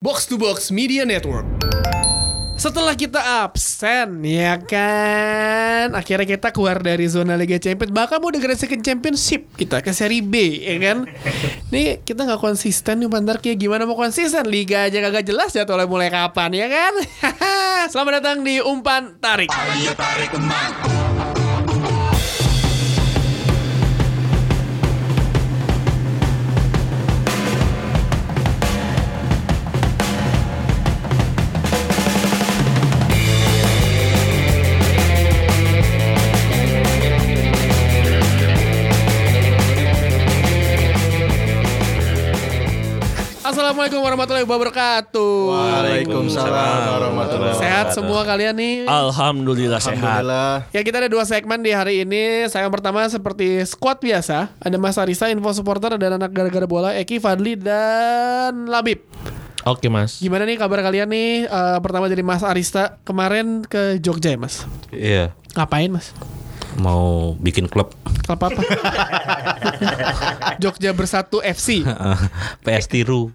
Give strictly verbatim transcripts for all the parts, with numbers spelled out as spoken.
Box to Box Media Network. Setelah kita absen, ya kan, akhirnya kita keluar dari zona Liga Champions, bahkan mau degradasikan Championship kita ke Seri B, ya kan. Nih kita nggak konsisten nih, bentar kayak gimana mau konsisten? Liga aja kagak jelas ya, mulai mulai kapan, ya kan? Selamat datang di Umpan Tarik. Ayo tarik teman. Assalamualaikum warahmatullahi wabarakatuh. Waalaikumsalam warahmatullahi wabarakatuh. Sehat semua kalian nih? Alhamdulillah, Alhamdulillah sehat. Ya, kita ada dua segmen di hari ini. Saya yang pertama seperti squad biasa. Ada Mas Arisa, info supporter, ada anak gara-gara bola, Eki, Fadli, dan Labib. Oke Mas. Gimana nih kabar kalian nih? Uh, pertama dari Mas Arista, kemarin ke Jogja ya Mas? Iya. Ngapain Mas? Mau bikin klub. Klub apa? Jogja Bersatu F C. P S Tiru.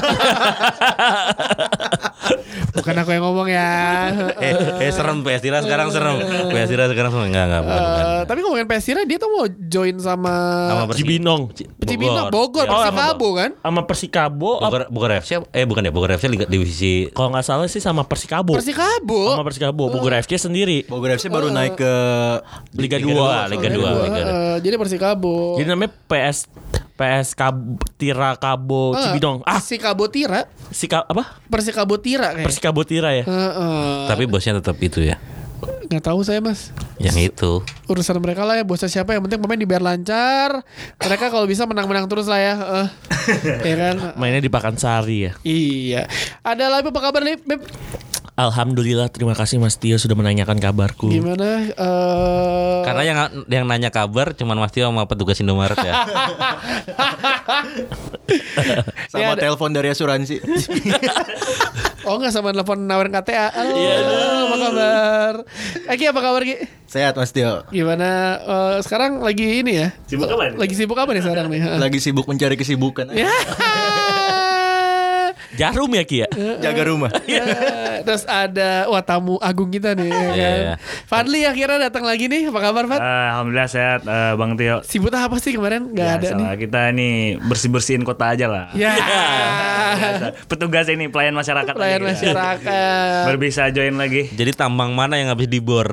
Bukan aku yang ngomong ya. eh, eh serem P S Tira sekarang serem. P S Tira sekarang serem. Enggak enggak bukan, uh, bukan. Tapi ngomongin P S Tira, dia tuh mau join sama Cibinong, Cibinong, Bogor, oh, Persikabo kan? Sama Persikabo. Bogor, Bogor F C. Eh bukan ya, Bogor F C Liga divisi. Kalau nggak salah sih sama Persikabo. Persikabo. Sama Persikabo. Bogor F C sendiri. Bogor F C baru uh, naik ke Liga dua, Liga dua. Uh, jadi Persikabo. Jadi namanya P S P S Kab, Tira Kabo uh, Cibinong. Ah, Persikabo Tira. Sika apa? Persikabo Tira kayak. Persikabo Tira ya. Uh, uh. Tapi bosnya tetap itu ya. Nggak tahu saya Mas. Yang itu urusan mereka lah ya, bosnya siapa, yang penting pemain dibayar lancar. Mereka kalau bisa menang-menang terus lah ya. Uh, ya kan. Mainnya di Pakansari ya. Iya. Ada lagi apa kabar nih Beb? Alhamdulillah, terima kasih Mas Tio sudah menanyakan kabarku. Gimana? Uh... Karena yang yang nanya kabar cuman Mas Tio sama petugas Indomaret ya. Sama ya, telepon dari asuransi. Oh enggak, sama telepon nawarin K T A. Halo, yeah, apa kabar? Eki, apa kabar Ki? Sehat Mas Tio. Gimana? Uh, sekarang lagi ini ya? Sibuk apa nih? Lagi sibuk apa nih sekarang nih? Lagi sibuk mencari kesibukan. Ya. Jarum ya Ki ya? Jaga rumah. Ya, terus ada wah tamu agung kita nih ya kan. Yeah. Fadli akhirnya datang lagi nih. Apa kabar Fad? Uh, Alhamdulillah sehat uh, Bang Tio. Sibuk apa sih kemarin? Gak ada nih. Kita nih bersih-bersihin kota aja lah. Ya. Petugas ini pelayan masyarakat. Pelayan masyarakat. Baru bisa join lagi. Jadi tambang mana yang habis dibor?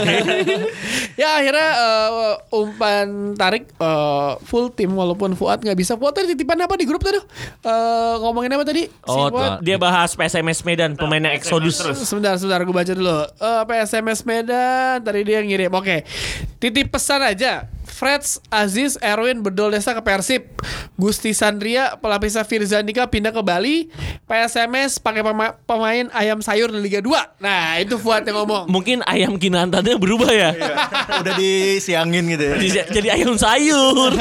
Ya akhirnya uh, umpan tarik uh, full tim walaupun Fuad nggak bisa. Fuad tadi titipan apa di grup tadi? Uh, ngomongin apa tadi? Oh, dia bahas P S M S Medan, pemainnya Exodus. Sebentar, sebentar, gue baca dulu. Uh, P S M S Medan, tadi dia ngirim. Oke, titip pesan aja. Freds, Aziz, Erwin, Bedol Desa ke Persib. Gusti Sandria, pelapisnya Firzandika pindah ke Bali. P S M S pakai pema- pemain ayam sayur di Liga dua. Nah, itu Fuad yang ngomong. Mungkin ayam kinantannya berubah ya. Udah disiangin gitu ya. Jadi ayam sayur.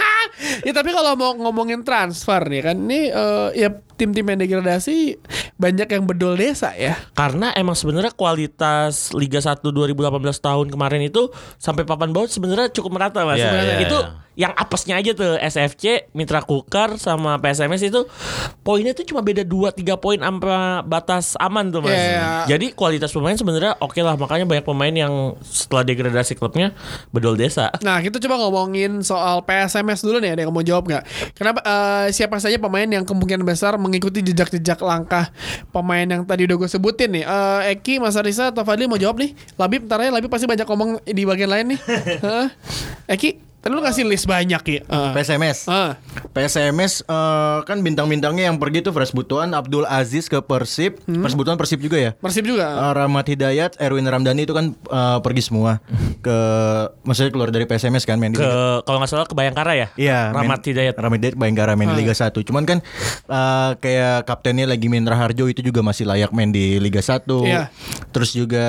Ya tapi kalau mau ngomongin transfer nih kan, ini uh, ya tim-tim yang degradasi banyak yang bedol desa ya. Karena emang sebenarnya kualitas Liga satu dua ribu delapan belas tahun kemarin itu sampai papan bawah sebenarnya cukup merata Mas. Yeah, yeah, itu yeah. Yang apesnya aja tuh S F C, Mitra Kukar sama P S M S itu poinnya tuh cuma beda dua tiga poin sampai batas aman tuh Mas. Yeah. Jadi kualitas pemain sebenarnya oke lah, makanya banyak pemain yang setelah degradasi klubnya bedol desa. Nah, kita coba ngomongin soal P S M S dulu nih, ada yang mau jawab nggak? Kenapa uh, siapa saja pemain yang kemungkinan besar mengikuti jejak-jejak langkah pemain yang tadi udah gue sebutin nih? Uh, Eki, Mas Arisa atau Fadli mau jawab nih? Labib, ntar ya, Labib pasti banyak ngomong di bagian lain nih. uh, Eki, tadi lu ngasih list banyak ya. Uh. P S M S. Uh. P S M S uh, kan bintang-bintangnya yang pergi tuh Fresh Butuan, Abdul Aziz ke Persib. Hmm. Fresh Butuan Persib juga ya. Persib juga. Uh, Rahmat Hidayat, Erwin Ramdhani itu kan uh, pergi semua ke, maksudnya keluar dari P S M S kan, main di ke kalau nggak salah ke Bayangkara ya. Iya. Rahmat Hidayat. Rahmat Hidayat Bayangkara main uh. di Liga satu. Cuman kan uh, kayak kaptennya lagi main Raharjo itu juga masih layak main di Liga satu. Iya. Terus juga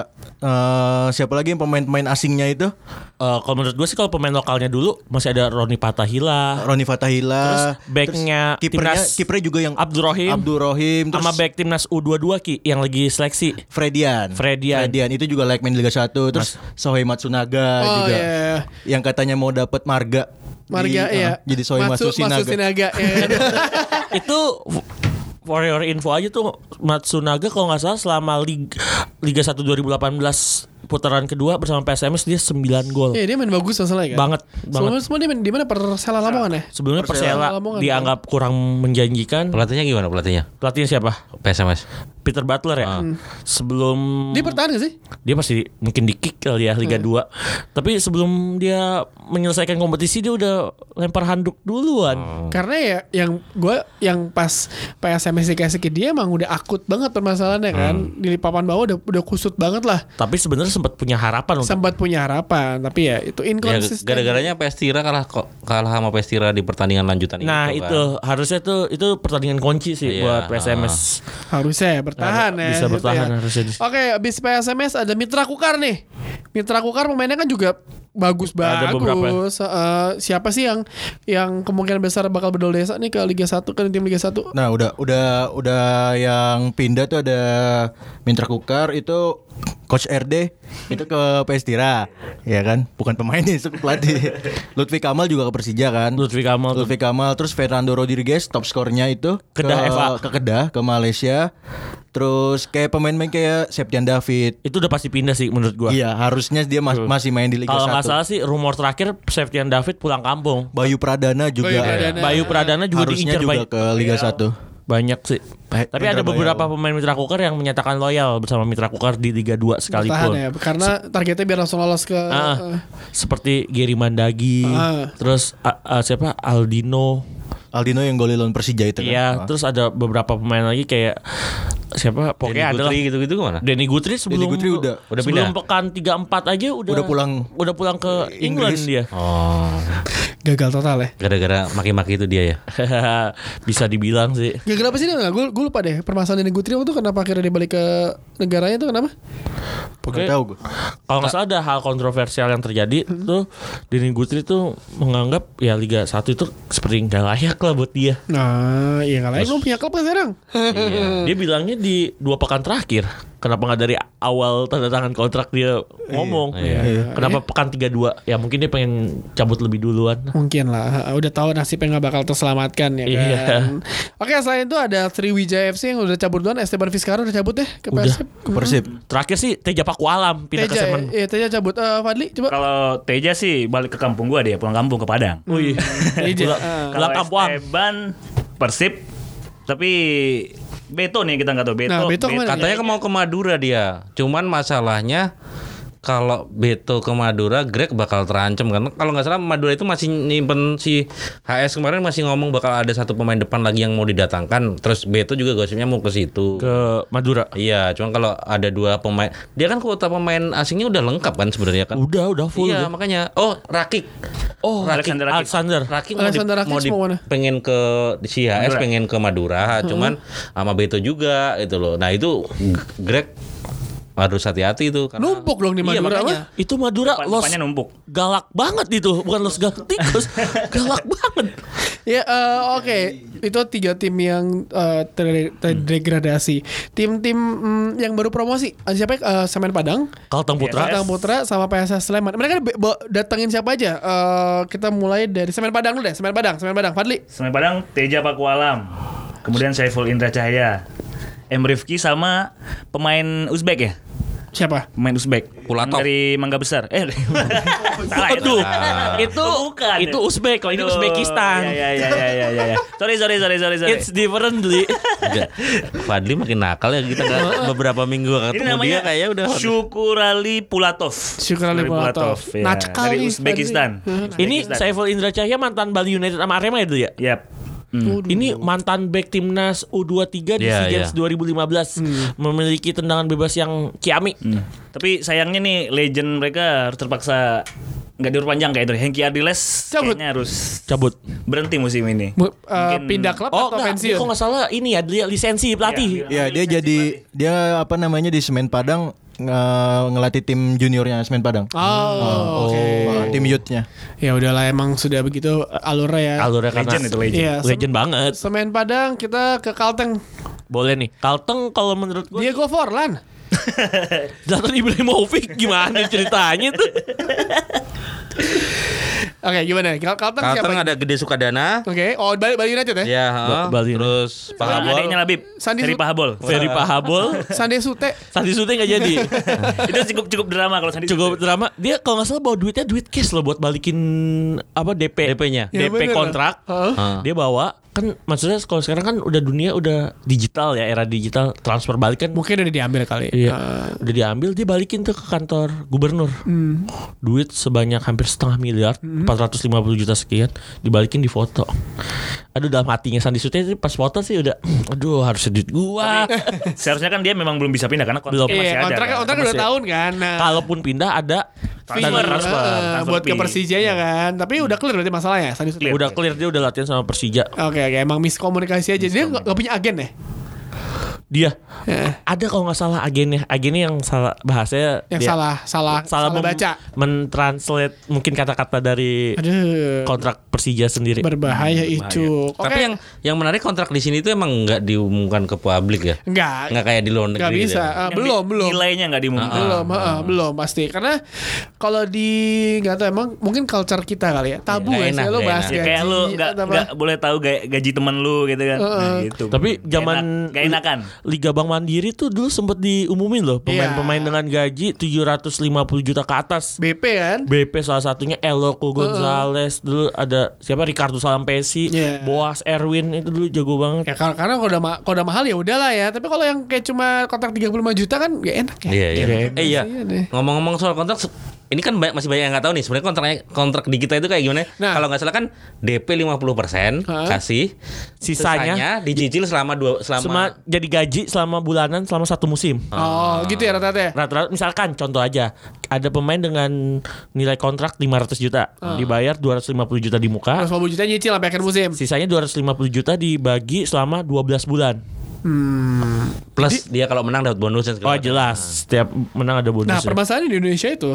uh, siapa lagi yang pemain-pemain asingnya itu? Uh, kalau menurut gue sih kalau pemain lokalnya dulu masih ada Roni Patahila, Roni Fatahila. terus backnya kipernya timnas kipernya juga yang Abdul Rohim, Abdul Rohim, terus sama back timnas U dua puluh dua Ki yang lagi seleksi Fredian. Fredian. Fredian itu juga like main Liga satu. Terus Sohei Matsunaga Oh, juga yeah. yang katanya mau dapat marga. Marga di, iya. uh, jadi Sohei Matsu, Matsusinaga. Matsusinaga ya. itu for your info aja tuh Matsunaga kalau nggak salah selama Liga, Liga satu dua ribu delapan belas putaran kedua bersama P S M S dia sembilan gol. Iya dia main bagus masalahnya kan. Banget, Sebelumnya banget. semua dia main di mana Persela Lamongan ya? Sebelumnya Persela Lamongan, dianggap kurang menjanjikan. Pelatihnya gimana pelatihnya? Pelatihnya siapa? P S M S. Peter Butler ya. Ah. Sebelum Dia bertahan gak sih? dia masih mungkin di kick kali ya Liga dua. Tapi sebelum dia menyelesaikan kompetisi dia udah lempar handuk duluan. Karena ya yang gue yang pas P S M S dikasih ke dia emang udah akut banget permasalahannya kan. Di papan bawah udah udah kusut banget lah. Tapi sebenarnya sempat punya harapan untuk Sempat punya harapan, tapi ya itu Ya, inkonsisten. gara-garanya P S Tira kalah kok kalah sama P S Tira di pertandingan lanjutan Nah itu, itu kan. harusnya tuh itu pertandingan kunci sih Iya, buat P S M S. Harusnya ya, bertahan ya. Bisa gitu bertahan ya. harusnya. Oke, abis P S M S ada Mitra Kukar nih. Mitra Kukar pemainnya kan juga bagus Ada beberapa. bagus. Eh, siapa sih yang yang kemungkinan besar bakal berdol desa nih ke Liga satu kan tim Liga satu? Nah, udah udah udah yang pindah tuh ada Mitra Kukar itu Coach R D itu ke P S Tira, ya kan? Bukan pemainnya, itu pelatih. Lutfi Kamal juga ke Persija kan? Lutfi Kamal tuh. Lutfi Kamal, terus Fernando Rodriguez top skornya itu Kedah ke, Eva. ke Kedah ke Malaysia. Terus kayak pemain-pemain kayak Septian David. Itu udah pasti pindah sih menurut gua. Iya, harusnya dia mas- masih main di Liga Kalau nggak satu. salah sih rumor terakhir Septian David pulang kampung. Bayu Pradana juga Bayu Pradana. Bayu Pradana juga harusnya diincar juga banyak, ke Liga satu. banyak sih. Ba- Tapi ada Hendra beberapa Bayau. pemain Mitra Kukar yang menyatakan loyal bersama Mitra Kukar di Liga dua Bertahan sekalipun. ya, karena targetnya biar langsung lolos ke Ah, eh, seperti Giri Mandagi, Ah. terus a- a- siapa Aldino, Aldino yang golin lawan Persija itu kan. iya, Ah. terus ada beberapa pemain lagi kayak siapa, pokoknya Denny adalah Guthrie gitu-gitu kemana? Denny Guthrie sebelum Denny Guthrie udah- udah sebelum pindah? pekan tiga empat aja udah Udah pulang udah pulang ke England Inggris. dia. Oh, gagal total ya. gara-gara maki-maki itu dia ya. Bisa dibilang sih. Gagal apa sih dia? Gue gue lupa deh permasalahan Denny Guthrie itu kenapa akhirnya dia balik ke negaranya itu kenapa? Nggak tahu gue. Kalau nggak salah ada hal kontroversial yang terjadi tuh Denny Guthrie tuh menganggap ya Liga satu itu seperti nggak layak lah buat dia. Nah, iya nggak lain lu punya klub kan sekarang. Iya. Dia bilangnya di dua pekan terakhir. Kenapa nggak dari awal tanda tangan kontrak dia ngomong? Iya. Kenapa pekan tiga puluh dua? Ya mungkin dia pengen cabut lebih duluan. Mungkin lah, udah tahu nasibnya nggak bakal terselamatkan ya kan. Iya. Oke, selain itu ada Sriwijaya F C yang udah cabut duluan. Esteban Vizcarra udah cabut ya ke Udah. Persib. Ke Persib. Terakhir sih Teja Paku Alam pindah ke Teja, Semen. iya Teja cabut. Eh, Fadli coba. Kalau Teja sih balik ke kampung gua dia, pulang kampung ke Padang. Wih. Teja. Pulang- Ah. Pulang Kalau kampung. Esteban Persib, tapi Beto nih kita nggak tahu Beto. Nah, Beto kemana? Katanya ke mau ke Madura dia. Cuman masalahnya kalau Beto ke Madura, Greg bakal terancam karena kalau nggak salah Madura itu masih nyimpen si H S kemarin masih ngomong bakal ada satu pemain depan lagi yang mau didatangkan. Terus Beto juga gosipnya mau ke situ. Ke Madura. Iya, cuman kalau ada dua pemain, dia kan kuota pemain asingnya udah lengkap kan sebenarnya kan. Udah, udah full. Iya, dia. makanya. Oh, Rakik. Oh, Alexander Rakik. Alexander. Rakik mau, di, Alexander Rakik mau di- mau mana? pengen ke si H S Madura. pengen ke Madura, cuman sama Beto juga itu loh. Nah, itu Greg harus hati-hati itu karena Numpuk dong di Iya, Madura, makanya. mah. Itu Madura Depan- los depannya numpuk. galak banget itu, bukan los galak tikus, galak banget. Ya eh, oke, itu tiga tim yang eh, ter- terdegradasi. Tim-tim mm, yang baru promosi, ada siapa? ya? Eh, Semen Padang, Kalteng Putra. Kalteng Putra, sama P S S Sleman. Mereka be- be- datengin siapa aja? Eh, kita mulai dari Semen Padang dulu deh. Semen Padang, Semen Padang. Fadli. Semen Padang Teja Paku Alam. Kemudian Saiful Indra Cahaya. M Rifki sama pemain Uzbek ya? Siapa? Pemain Uzbek. Pulatov. Dari Mangga Besar. Eh, salah itu. Aduh, Ah. itu Oh, bukan. itu Uzbek, kalau ini Aduh, Uzbekistan. Iya iya iya iya iya. Ya. Sorry sorry sorry sorry sorry. It's differently. Udah. Fadli makin nakal ya kita nggak beberapa minggu nggak Ini ketemu namanya dia kayak udah Syukurali Pulatov. Syukurali Pulatov. ya. Nacekal Dari nih, Uzbekistan. Ini Uzbekistan. Saiful Indra Cahya mantan Bali United sama Arema ya dulu ya? Yap. Hmm. Ini mantan back timnas U dua puluh tiga di Iya, SEA Games iya. dua ribu lima belas, memiliki tendangan bebas yang kiami. Hmm. Tapi sayangnya nih legend mereka harus terpaksa nggak diperpanjang kayak itu. Hengki Ardiles Cabut. kayaknya harus Cabut. berhenti musim ini. Mu- eh, Mungkin- pindah klub Oh, atau enggak, dia pensiun? kok nggak salah ini ya dia lisensi pelatih. Ya dia jadi dia apa namanya di Semen Padang nge- ngelatih tim juniornya Semen Padang. Oh, oke. Oh, tim youthnya. Ya udahlah emang sudah begitu alurnya ya. Alurnya karena Legend itu legend. Iya, legend banget. Semen Padang kita ke Kalteng. Boleh nih. Kalteng kalau menurut gue Diego Forlan. Zlatan Ibrahimovic gimana ceritanya tuh? Oke, gimana? Kal- Kalteng siapa? Kalteng ada Gede Sukadana. Oke, oh Bali, Bali United ya? Ya, heeh. Bali. Terus Sama Pahabol. adiknya Labib, Sandi Ferry Su- Pahabol. Ferry Pahabol. Sande Sute. Sandi Sute nggak jadi. Itu cukup cukup drama kalau Sandi. Cukup drama. Dia kalau nggak salah bawa duitnya duit cash loh buat balikin apa D P. D P-nya. Ya, D P bener. kontrak. Heeh. Heeh. Dia bawa kan maksudnya kalau sekarang kan udah dunia udah digital ya, era digital, transfer balik kan. Mungkin udah diambil kali. Iya. Eh, Udah diambil, dia balikin tuh ke kantor gubernur. hmm. Duit sebanyak hampir setengah miliar, empat ratus lima puluh juta sekian, dibalikin di foto. Aduh, dalam hatinya Sandi Sute itu pas foto sih udah, aduh harusnya duit gua. Seharusnya kan dia memang belum bisa pindah karena Belum. kontraknya masih Iya, ada. kontrak kan. kontrak dua tahun kan. Nah, Kalaupun pindah ada fee, transfer, eh, transfer, transfer buat ke fee. Persija ya kan. Tapi udah clear berarti masalahnya Sandi Sute. Clear. udah clear, dia udah latihan sama Persija. Oke oke, emang miskomunikasi aja. Dia nggak nggak punya agen ya? Dia Eh, ada kalau nggak salah agennya, agennya yang salah bahasanya yang dia salah salah salah, mem- baca. mentranslate mungkin kata-kata dari Aduh. kontrak Persija sendiri. Berbahaya itu. Oke. Tapi yang yang menarik kontrak di sini itu emang nggak diumumkan ke publik ya. enggak Nggak kayak di luar negeri. nggak gitu bisa. ya. Eh, Yang belum di- belum. Nilainya nggak diumumkan. Belum, heeh, belum pasti. Karena kalau di nggak tahu emang mungkin culture kita kali ya. Tabu Nggak ya enak, sih lo nggak bahas enak. Ya, gaji. kayak lu nggak atau apa. nggak boleh tahu gaji, gaji temen lu gitu kan. Nah, gitu. Tapi Nggak zaman enak- nggak enakan. Liga Bank Mandiri tuh dulu sempet diumumin loh pemain-pemain Iya. dengan gaji tujuh ratus lima puluh juta ke atas. B P kan? B P salah satunya Eloko Gonzalez, dulu ada siapa Ricardo Salampesi, Iya. Boas Erwin itu dulu jago banget. Ya kar- karena kalau udah ma- kalau udah mahal ya udahlah ya. Tapi kalau yang kayak cuma kontrak tiga puluh lima juta kan gak enak ya. Iya iya. Iya, Eh iya. kasihan deh. Ngomong-ngomong soal kontrak, se- ini kan banyak, masih banyak yang nggak tahu nih sebenarnya kontraknya kontrak di kita itu kayak gimana. Nah. Kalau nggak salah kan D P lima puluh persen Hah? kasih, Sisanya sisanya dicicil selama dua selama Cuma jadi gaji selama bulanan selama satu musim. Oh, gitu ya rata-rata ya. Rata-rata misalkan contoh aja ada pemain dengan nilai kontrak lima ratus juta, dibayar dua ratus lima puluh juta di muka, seratus lima puluh juta nyicil sampai akhir musim. sisanya dua ratus lima puluh juta dibagi selama dua belas bulan. Hmm. plus dia kalau menang dapat bonus dan Oh segala macam. jelas, setiap menang ada bonus. Nah, permasalahan di Indonesia itu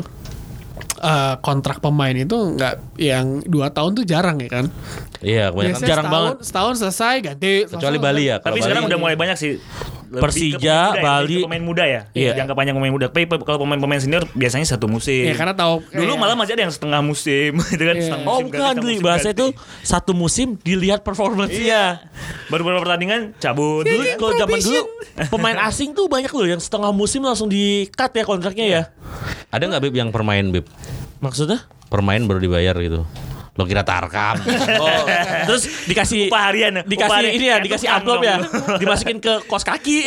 eh, kontrak pemain itu nggak yang dua tahun tuh jarang ya kan. Iya, kebanyakan Biasanya jarang setahun, banget. setahun selesai ganti. kecuali Bali ya. Kalau Tapi Bali- sekarang udah mulai banyak sih. Lebih Persija, ke pemain muda ya, Bali. lebih ke pemain muda ya. Iya. Jangka panjang pemain muda. Tapi kalau pemain-pemain senior biasanya satu musim. Ya karena tahu Dulu kayak- malah masih ada yang setengah musim gitu kan. Iya. Setengah Oh musim ganti, bukan, setengah Dli. musim Bahasa ganti. itu satu musim dilihat performance-nya. Baru beberapa pertandingan cabut. Dulu Iya, kalau zaman dulu pemain asing tuh banyak loh yang setengah musim langsung di cut ya kontraknya ya. Ada nggak Bib yang permain Bib? Maksudnya? Permain baru dibayar gitu. Lo kira tarkam. Oh, terus dikasih Upah harian ya? dikasih Upah harian. ini ya, Kayak dikasih tukang amplop ya, dong. dimasukin ke kos kaki.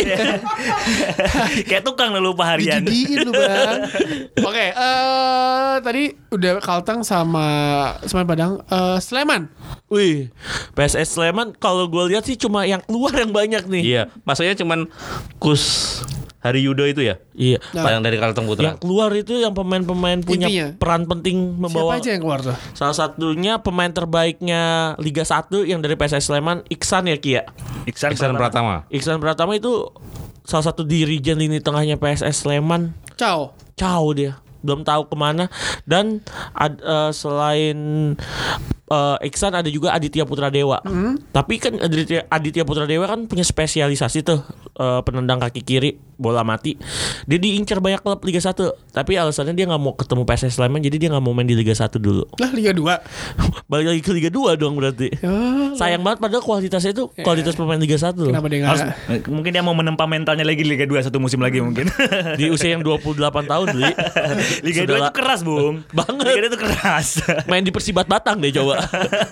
Kayak tukang lu lupa harian. Dijudiin lu bang. Oke, eh tadi udah Kalteng sama Semen Padang, eh Sleman. Wih, P S S Sleman kalau gue lihat sih cuma yang keluar yang banyak nih. Iya, maksudnya cuman Kus Hari Yudo itu ya? Iya. Yang dari Kalteng Putra. Yang keluar itu yang pemain-pemain punya Intinya. peran penting membawa. Siapa aja yang keluar tuh? Salah satunya pemain terbaiknya Liga satu yang dari P S S Sleman, Iksan ya Ki ya. Iksan, Iksan Pratama. Iksan Pratama itu salah satu dirijen lini tengahnya P S S Sleman. Ciao. Ciao dia, belum tahu kemana. Dan ad- eh, selain eh, Iksan ada juga Aditya Putra Dewa. Tapi kan Aditya, Aditya Putra Dewa kan punya spesialisasi tuh eh, penendang kaki kiri bola mati. Dia diincar banyak klub Liga satu. Tapi alasannya dia nggak mau ketemu P S S Sleman, jadi dia nggak mau main di Liga satu dulu. Lah Liga dua. Balik lagi ke Liga dua dong berarti. Ya, Sayang banget padahal kualitasnya itu kualitas pemain Liga satu loh. kenapa dia Harus, nggak? mungkin dia mau menempa mentalnya lagi Liga dua satu musim lagi mungkin. Di usia yang dua puluh delapan tahun Li. Liga dua Sudah itu keras, Bung. Banget. Liga dua itu keras. Main di Persibat Batang deh coba.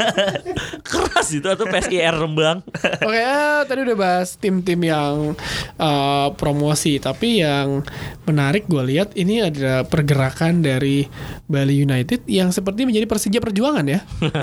Keras itu atau P S I R Rembang. Oke, eh, tadi udah bahas tim-tim yang eh, promosi, tapi yang menarik gue lihat ini ada pergerakan dari Bali United yang seperti menjadi Persija Perjuangan ya.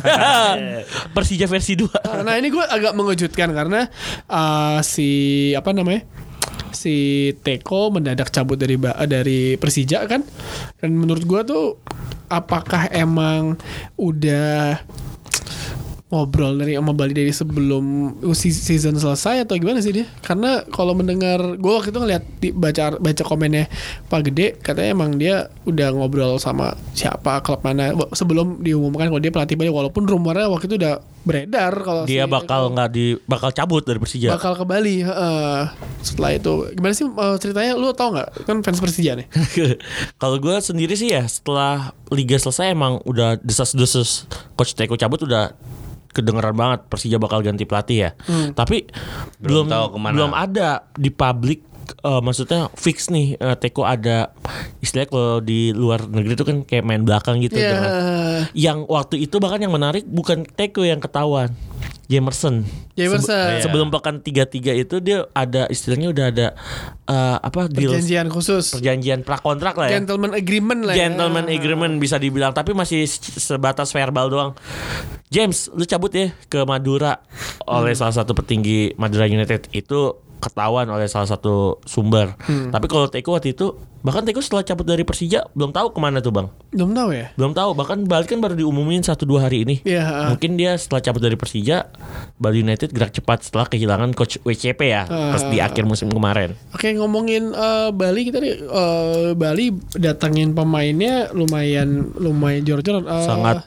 Persija versi dua. Nah ini gue agak mengejutkan karena eh, si apa namanya si Teko mendadak cabut dari Ba- dari Persija kan, dan menurut gue tuh apakah emang udah ngobrol dari sama Bali dari sebelum season selesai atau gimana sih dia? Karena kalau mendengar gue waktu itu ngeliat di, baca baca komennya Pak Gede, katanya emang dia udah ngobrol sama siapa klub mana sebelum diumumkan kalau dia pelatih Bali, walaupun rumornya waktu itu udah beredar kalau Dia si, bakal nggak di bakal cabut dari Persija. bakal ke Bali. Uh, setelah itu gimana sih uh, ceritanya? Lu tau nggak? Kan fans Persija nih. Kalau gue sendiri sih ya setelah liga selesai emang udah desas-desus Coach Teko cabut udah kedengeran banget Persija bakal ganti pelatih ya. Hmm. Tapi belum Belum tahu kemana. belum ada di publik. Uh, maksudnya fix nih uh, Teko ada istilahnya kalau di luar negeri itu kan kayak main belakang gitu. Yeah. Dengan, yang waktu itu bahkan yang menarik bukan Teko yang ketahuan, Jamerson. Jamerson. Sebe- sebelum pekan tiga tiga itu dia ada istilahnya udah ada uh, apa deal Perjanjian khusus. perjanjian prakontrak lah ya. Gentleman agreement lah ya. Gentleman agreement bisa dibilang, tapi masih sebatas verbal doang. James, lu cabut ya ke Madura oleh Hmm. salah satu petinggi Madura United itu ketahuan oleh salah satu sumber. Hmm. Tapi kalau Teko waktu itu, bahkan Teko setelah cabut dari Persija belum tahu kemana tuh bang. Belum tahu ya? Belum tahu, bahkan Bali kan baru diumumin satu dua hari ini. Iya. Mungkin dia setelah cabut dari Persija, Bali United gerak cepat setelah kehilangan coach W C P ya Uh. pas di akhir musim kemarin. Oke, ngomongin uh, Bali kita nih uh, Bali datangin pemainnya lumayan lumayan jor-joran. Uh, Sangat.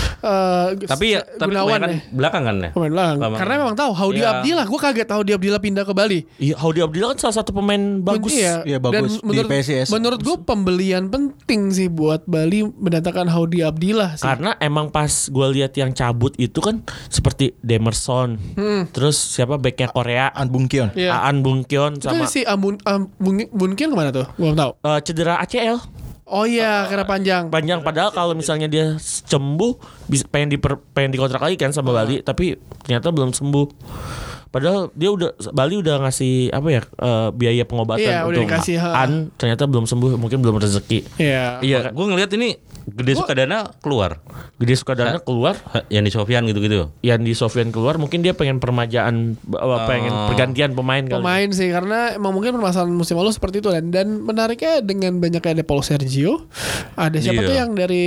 uh, Tapi ya, tapi Gunawan kebanyakan ya. belakangan ya. Pemain belakang. Lama- Karena memang tahu Howdy Iya. Abdillah, gue kaget Howdy Abdillah pindah ke Bali. Iya, Howdy Abdillah kan salah satu pemain bagus. Iya, Iya, bagus. Dan Di menurut, P S I S. menurut gue pembelian penting sih buat Bali mendatangkan Howdy Abdillah sih. Karena emang pas gue lihat yang cabut itu kan seperti Demerson, terus siapa backnya Korea, An Bung Kion. Iya. Aan Bung Kion Itu sama si Amun Am, Bun- Bunkin kemana tuh? Gue belum tahu. eh, cedera A C L Oh iya, karena panjang. panjang. Padahal kalau misalnya dia sembuh bisa pengen diper, pengen dikontrak lagi kan sama Bali, tapi ternyata belum sembuh. Padahal dia udah Bali udah ngasih apa ya eh, biaya pengobatan Iya, udah untuk dikasih, ha. An, ternyata belum sembuh, mungkin belum rezeki. Iya. Iya, gue ngeliat ini Gede Sukadana keluar, Gede Sukadana keluar, yang di Sofyan gitu-gitu. yang di Sofyan keluar, mungkin dia pengen permajaan, uh, pengen pergantian pemain kali. Pemain sih, karena emang mungkin permasalahan musim lalu seperti itu dan dan menariknya dengan banyaknya ada Paulo Sergio, ada siapa Iya. tuh yang dari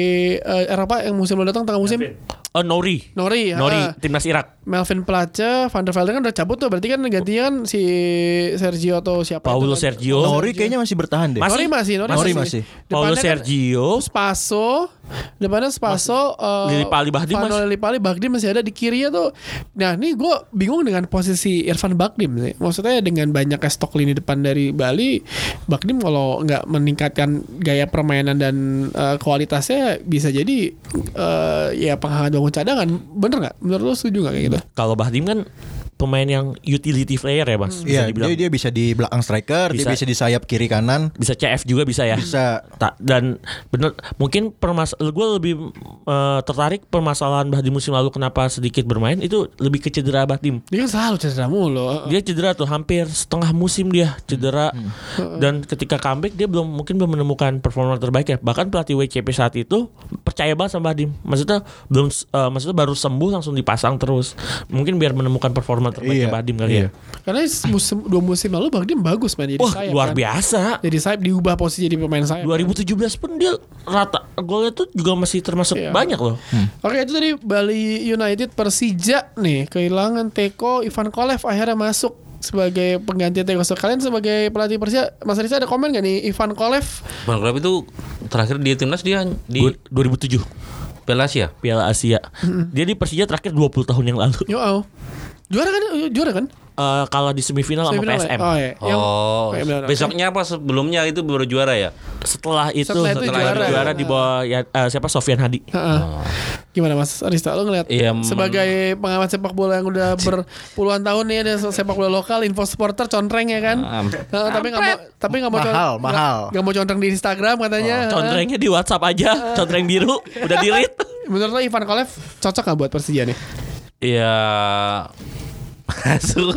uh, Eropa yang musim lalu datang tengah musim? Oh, Nori. Nori, Nori, ha. timnas Irak. Melvin Place, Van der Velde kan udah cabut tuh, berarti kan gantinya kan si Sergio atau siapa? Paulo itu kan? Sergio. Nori kayaknya masih bertahan deh. Mas- Nori masih, Nori, Nori masih. masih. Paulo Depannya kan Sergio. Spaso, depannya Spaso, uh, Lili Pali Bahdim, Vano Mas. Lili Pali Bahdim masih ada di kirinya tuh. Nah, ini gue bingung dengan posisi Irfan Bahdim sih. Maksudnya dengan banyaknya stok lini depan dari Bali, Bahdim kalau nggak meningkatkan gaya permainan dan uh, kualitasnya bisa jadi uh, ya penghangat bangun cadangan. Bener nggak? Menurut lo setuju nggak kayak gitu? Kalau Bahdim kan pemain yang utility player ya, Mas. Bisa Iya, dibilang. dia, dia bisa di belakang striker, dia Bisa. bisa di sayap kiri kanan. Bisa C F juga bisa ya. Bisa. Ta- dan bener mungkin permas gue lebih eh, tertarik permasalahan Bahdim musim lalu kenapa sedikit bermain itu lebih ke cedera Bahdim. Dia kan selalu cedera mulu. Dia cedera tuh hampir setengah musim dia cedera dan ketika comeback dia belum mungkin belum menemukan performa terbaik ya. Bahkan pelatih W C P saat itu percaya banget sama Bahdim. Maksudnya belum eh, maksudnya baru sembuh langsung dipasang terus. Mungkin biar menemukan performa terbaiknya Iya, Bahdim kali iya. ya. Karena musim, dua musim lalu Bahdim bagus main jadi Wah, sayap. luar kan. biasa. Jadi sayap diubah posisi jadi pemain sayap. dua ribu tujuh belas pun dia rata golnya tuh juga masih termasuk Iya. banyak loh. Oke, itu tadi Bali United. Persija nih kehilangan Teko, Ivan Kolev akhirnya masuk sebagai pengganti Teko. So, kalian sebagai pelatih Persija, Mas Risa ada komen gak nih Ivan Kolev? Bang Klub itu terakhir di timnas dia di Dua- dua ribu tujuh Piala Asia. Piala Asia. Dia di Persija terakhir dua puluh tahun yang lalu. Yo, au. Juara kan? Juara kan? Eh, kalau di semifinal sama Semifinal P S ya? M. Oh, iya. Yang- Oh, Oke, benar. besoknya apa sebelumnya itu baru juara ya? Setelah itu Setelah itu setelah juara. juara di bawah ya, eh, siapa Sofyan Hadi. Heeh. Gimana Mas Arista, lo ngeliat Iya, men- sebagai pengamat sepak bola yang udah berpuluhan tahun nih ada sepak bola lokal, info supporter contreng ya kan? Am- Heeh, tapi nggak mau tapi nggak mau con- Mahal, nggak- mahal. nggak mau contreng di Instagram katanya. Heeh. Contrengnya di WhatsApp aja, contreng biru udah delete. Menurut lo Ivan Kolev cocok gak buat Persija nih? Iya. Masuk.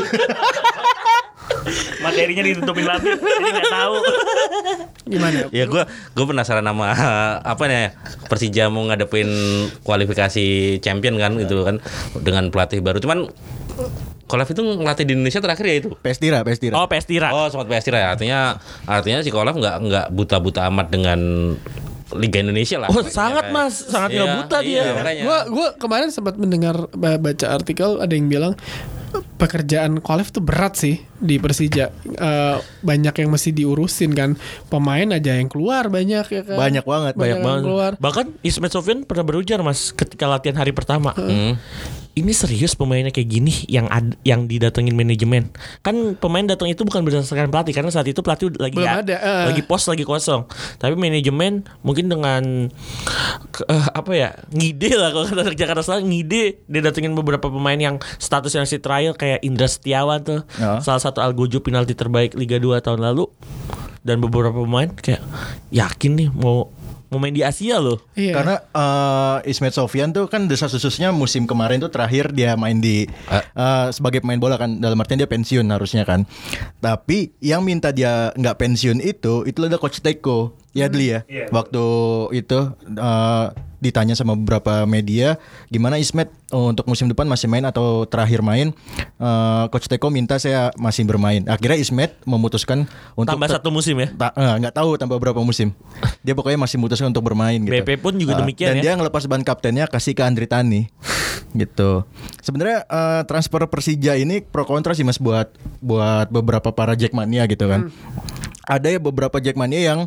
Materinya ditutupin lagi, jadi nggak tahu. Gimana? Ya gue gue penasaran sama apa nih Persija mau ngadepin kualifikasi champion kan gitu kan dengan pelatih baru. Cuman Kolev itu ngelatih di Indonesia terakhir ya itu. P S Tira, P S Tira. Oh, P S Tira. Oh, sempat P S Tira ya. Artinya artinya si Kolev nggak nggak buta-buta amat dengan Liga Indonesia lah. Oh, sangat Mas, sangat nggak Iya, buta dia. iya, makanya. Gua gua kemarin sempat mendengar baca artikel ada yang bilang pekerjaan Kolev tuh berat sih di Persija. Uh, banyak yang mesti diurusin kan. Pemain aja yang keluar banyak ya kan. Banyak banget. Banyak yang banget. keluar. Bahkan Ismet Sofyan pernah berujar Mas ketika latihan hari pertama. Hmm. Ini serius pemainnya kayak gini yang ad, yang didatengin manajemen. Kan pemain datang itu bukan berdasarkan pelatih karena saat itu pelatih lagi Belum ya, ada, uh. lagi pos lagi kosong. Tapi manajemen mungkin dengan ke, uh, apa ya? Ngide lah kalau kata Jakarta Selatan, ngide dia datengin beberapa pemain yang statusnya masih trial kayak Indra Setiawan tuh. Ya. Salah satu algojo penalti terbaik Liga dua tahun lalu. Dan beberapa pemain kayak yakin nih mau mau main di Asia loh. Iya. Karena uh, Ismet Sofyan tuh kan desas-desusnya musim kemarin tuh terakhir dia main di uh, sebagai pemain bola kan, dalam artian dia pensiun harusnya kan. Tapi yang minta dia nggak pensiun itu itu ada Coach Teko Yadli ya. Iya. Waktu itu uh, ditanya sama beberapa media gimana Ismet uh, untuk musim depan masih main atau terakhir main, uh, Coach Teko minta saya masih bermain. Akhirnya Ismet memutuskan untuk Tambah te- satu musim ya. Ta- eh, nggak tahu tambah berapa musim. Dia pokoknya masih memutuskan untuk bermain gitu. B P pun juga Eh, demikian dan ya. dia ngelepas ban kaptennya kasih ke Andri Tani. Gitu. Sebenarnya eh, transfer Persija ini pro kontra sih Mas buat buat beberapa para Jackmania gitu kan. Ada ya beberapa Jackmania yang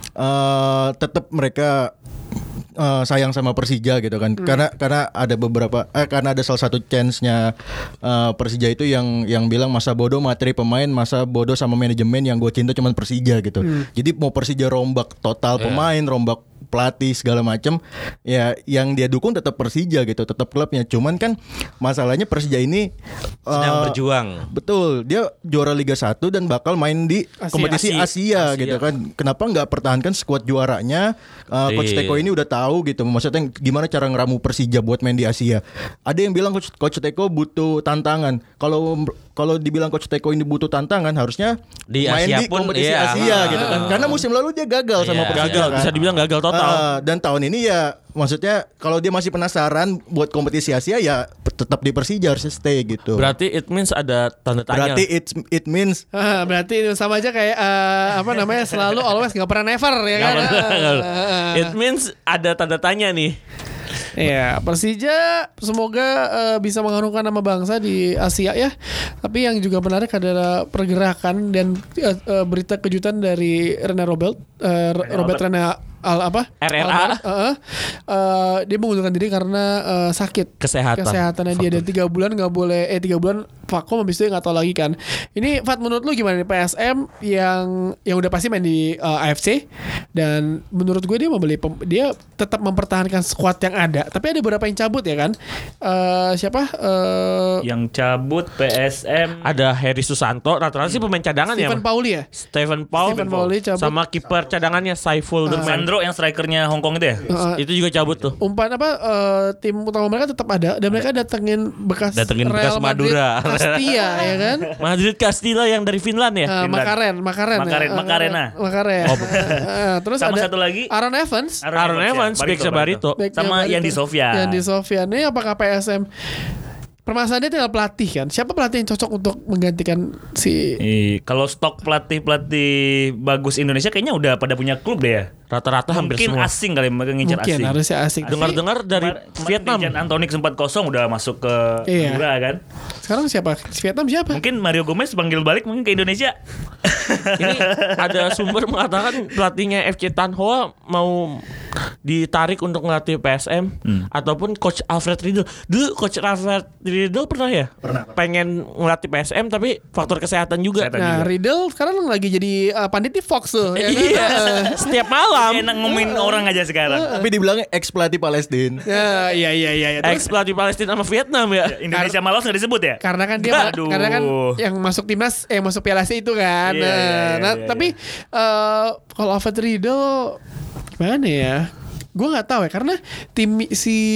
eh, tetap mereka Uh, sayang sama Persija gitu kan, hmm. karena karena ada beberapa eh, karena ada salah satu chance-nya uh, Persija itu yang yang bilang masa bodoh materi pemain, masa bodoh sama manajemen, yang gue cinta cuman Persija gitu. Hmm. Jadi mau Persija rombak total pemain, rombak pelatih segala macam, ya yang dia dukung tetap Persija gitu, tetap klubnya. Cuman kan masalahnya Persija ini Sedang uh, berjuang. Betul, dia juara Liga satu dan bakal main di Asia. kompetisi Asia. Asia, Asia. gitu kan. Kenapa nggak pertahankan skuad juaranya? Uh, Coach Iya. Teko ini udah tahu gitu, maksudnya gimana cara ngeramu Persija buat main di Asia. Ada yang bilang Coach, Coach Teko butuh tantangan. Kalau kalau dibilang Coach Teko ini butuh tantangan, harusnya Di main Asia di pun, kompetisi iya. Asia Ah. gitu kan. Karena musim lalu dia gagal sama Iya. Persija Gagal, kan. bisa dibilang gagal total. Uh, dan tahun ini ya maksudnya kalau dia masih penasaran buat kompetisi Asia ya tetap di Persija harusnya stay gitu. Berarti it means ada tanda tanya. Berarti it it means Ah, berarti itu sama aja kayak eh, apa namanya selalu always nggak pernah never ya kan. Nggak pernah, nggak Ah, pernah. ah, ah. It means ada tanda tanya nih. Iya, Persija semoga eh, bisa mengharumkan nama bangsa di Asia ya. Tapi yang juga menarik adalah pergerakan dan eh, eh, berita kejutan dari Rene Robert, eh, Robert Rene Al apa? R R A. Almar, eh, eh, dia mengundurkan diri karena eh, sakit. Kesehatan. Kesehatannya dia, dan tiga bulan nggak boleh eh tiga bulan vakum, habis itu nggak tahu lagi kan. Ini Fat, menurut lu gimana nih P S M yang yang udah pasti main di uh, A F C, dan menurut gue dia membeli pem- dia tetap mempertahankan skuad yang ada, tapi ada beberapa yang cabut ya kan. Uh, siapa? Uh, Yang cabut P S M Ada Heri Susanto, rata-rata sih pemain cadangan ya. Stephen Mas? Pauli ya. Stephen Paul, Stephen Pauli cabut. sama kiper cadangannya Saiful Derman. Sandro yang strikernya Hong Kong itu ya. Uh, Itu juga cabut tuh. umpan apa uh, tim utama mereka tetap ada, dan mereka datengin bekas Datengin bekas Real Madrid, Madura. Castilla ya kan. Madrid Castilla yang dari Finland ya. Uh, Finland. Makaren, Makaren, Makaren- ya. Uh, Makarena. Makaren. Uh, uh, terus Sama ada satu lagi Aaron Evans. Aaron Evans, ya. back Barito. Backnya Sama Barito. yang di Sofyan. Yang di Sofyan. Ini apakah P S M? Permasalahannya tinggal pelatih kan. Siapa pelatih yang cocok untuk menggantikan si Ih, kalau stok pelatih-pelatih bagus Indonesia kayaknya udah pada punya klub deh ya. Rata-rata hampir Mungkin semua. asing kali mereka ngincar mungkin asing. harusnya asing. Dengar-dengar dari Kemar- kemarin Vietnam. Dejan Antonik sempat kosong udah masuk ke Iya. Madura kan. Sekarang siapa? Vietnam siapa? Mungkin Mario Gomez panggil balik mungkin ke Indonesia. Ini ada sumber mengatakan pelatihnya F C Tan Hoa mau ditarik untuk melatih P S M ataupun coach Alfred Riedel. Dulu coach Alfred Riedel pernah ya? Pernah. Pengen ngelatih P S M tapi faktor kesehatan juga. Kesehatan. Nah, juga. Riddle sekarang lagi jadi uh, pandit di Fox tuh. ya kan? Iya, setiap malam. Enak ngomongin orang aja sekarang. tapi dibilangnya ex pelatih Palestina. Ya, iya iya iya. iya. Ex Terus, pelatih Palestina sama Vietnam ya. Indonesia malos nggak disebut ya? karena kan dia Aduh. karena kan yang masuk timnas eh masuk Piala Asia itu kan. Iya, Nah, iya, iya, nah, iya, tapi eh, kalau Alfred Riddle gimana ya? Gue nggak tahu ya, karena tim si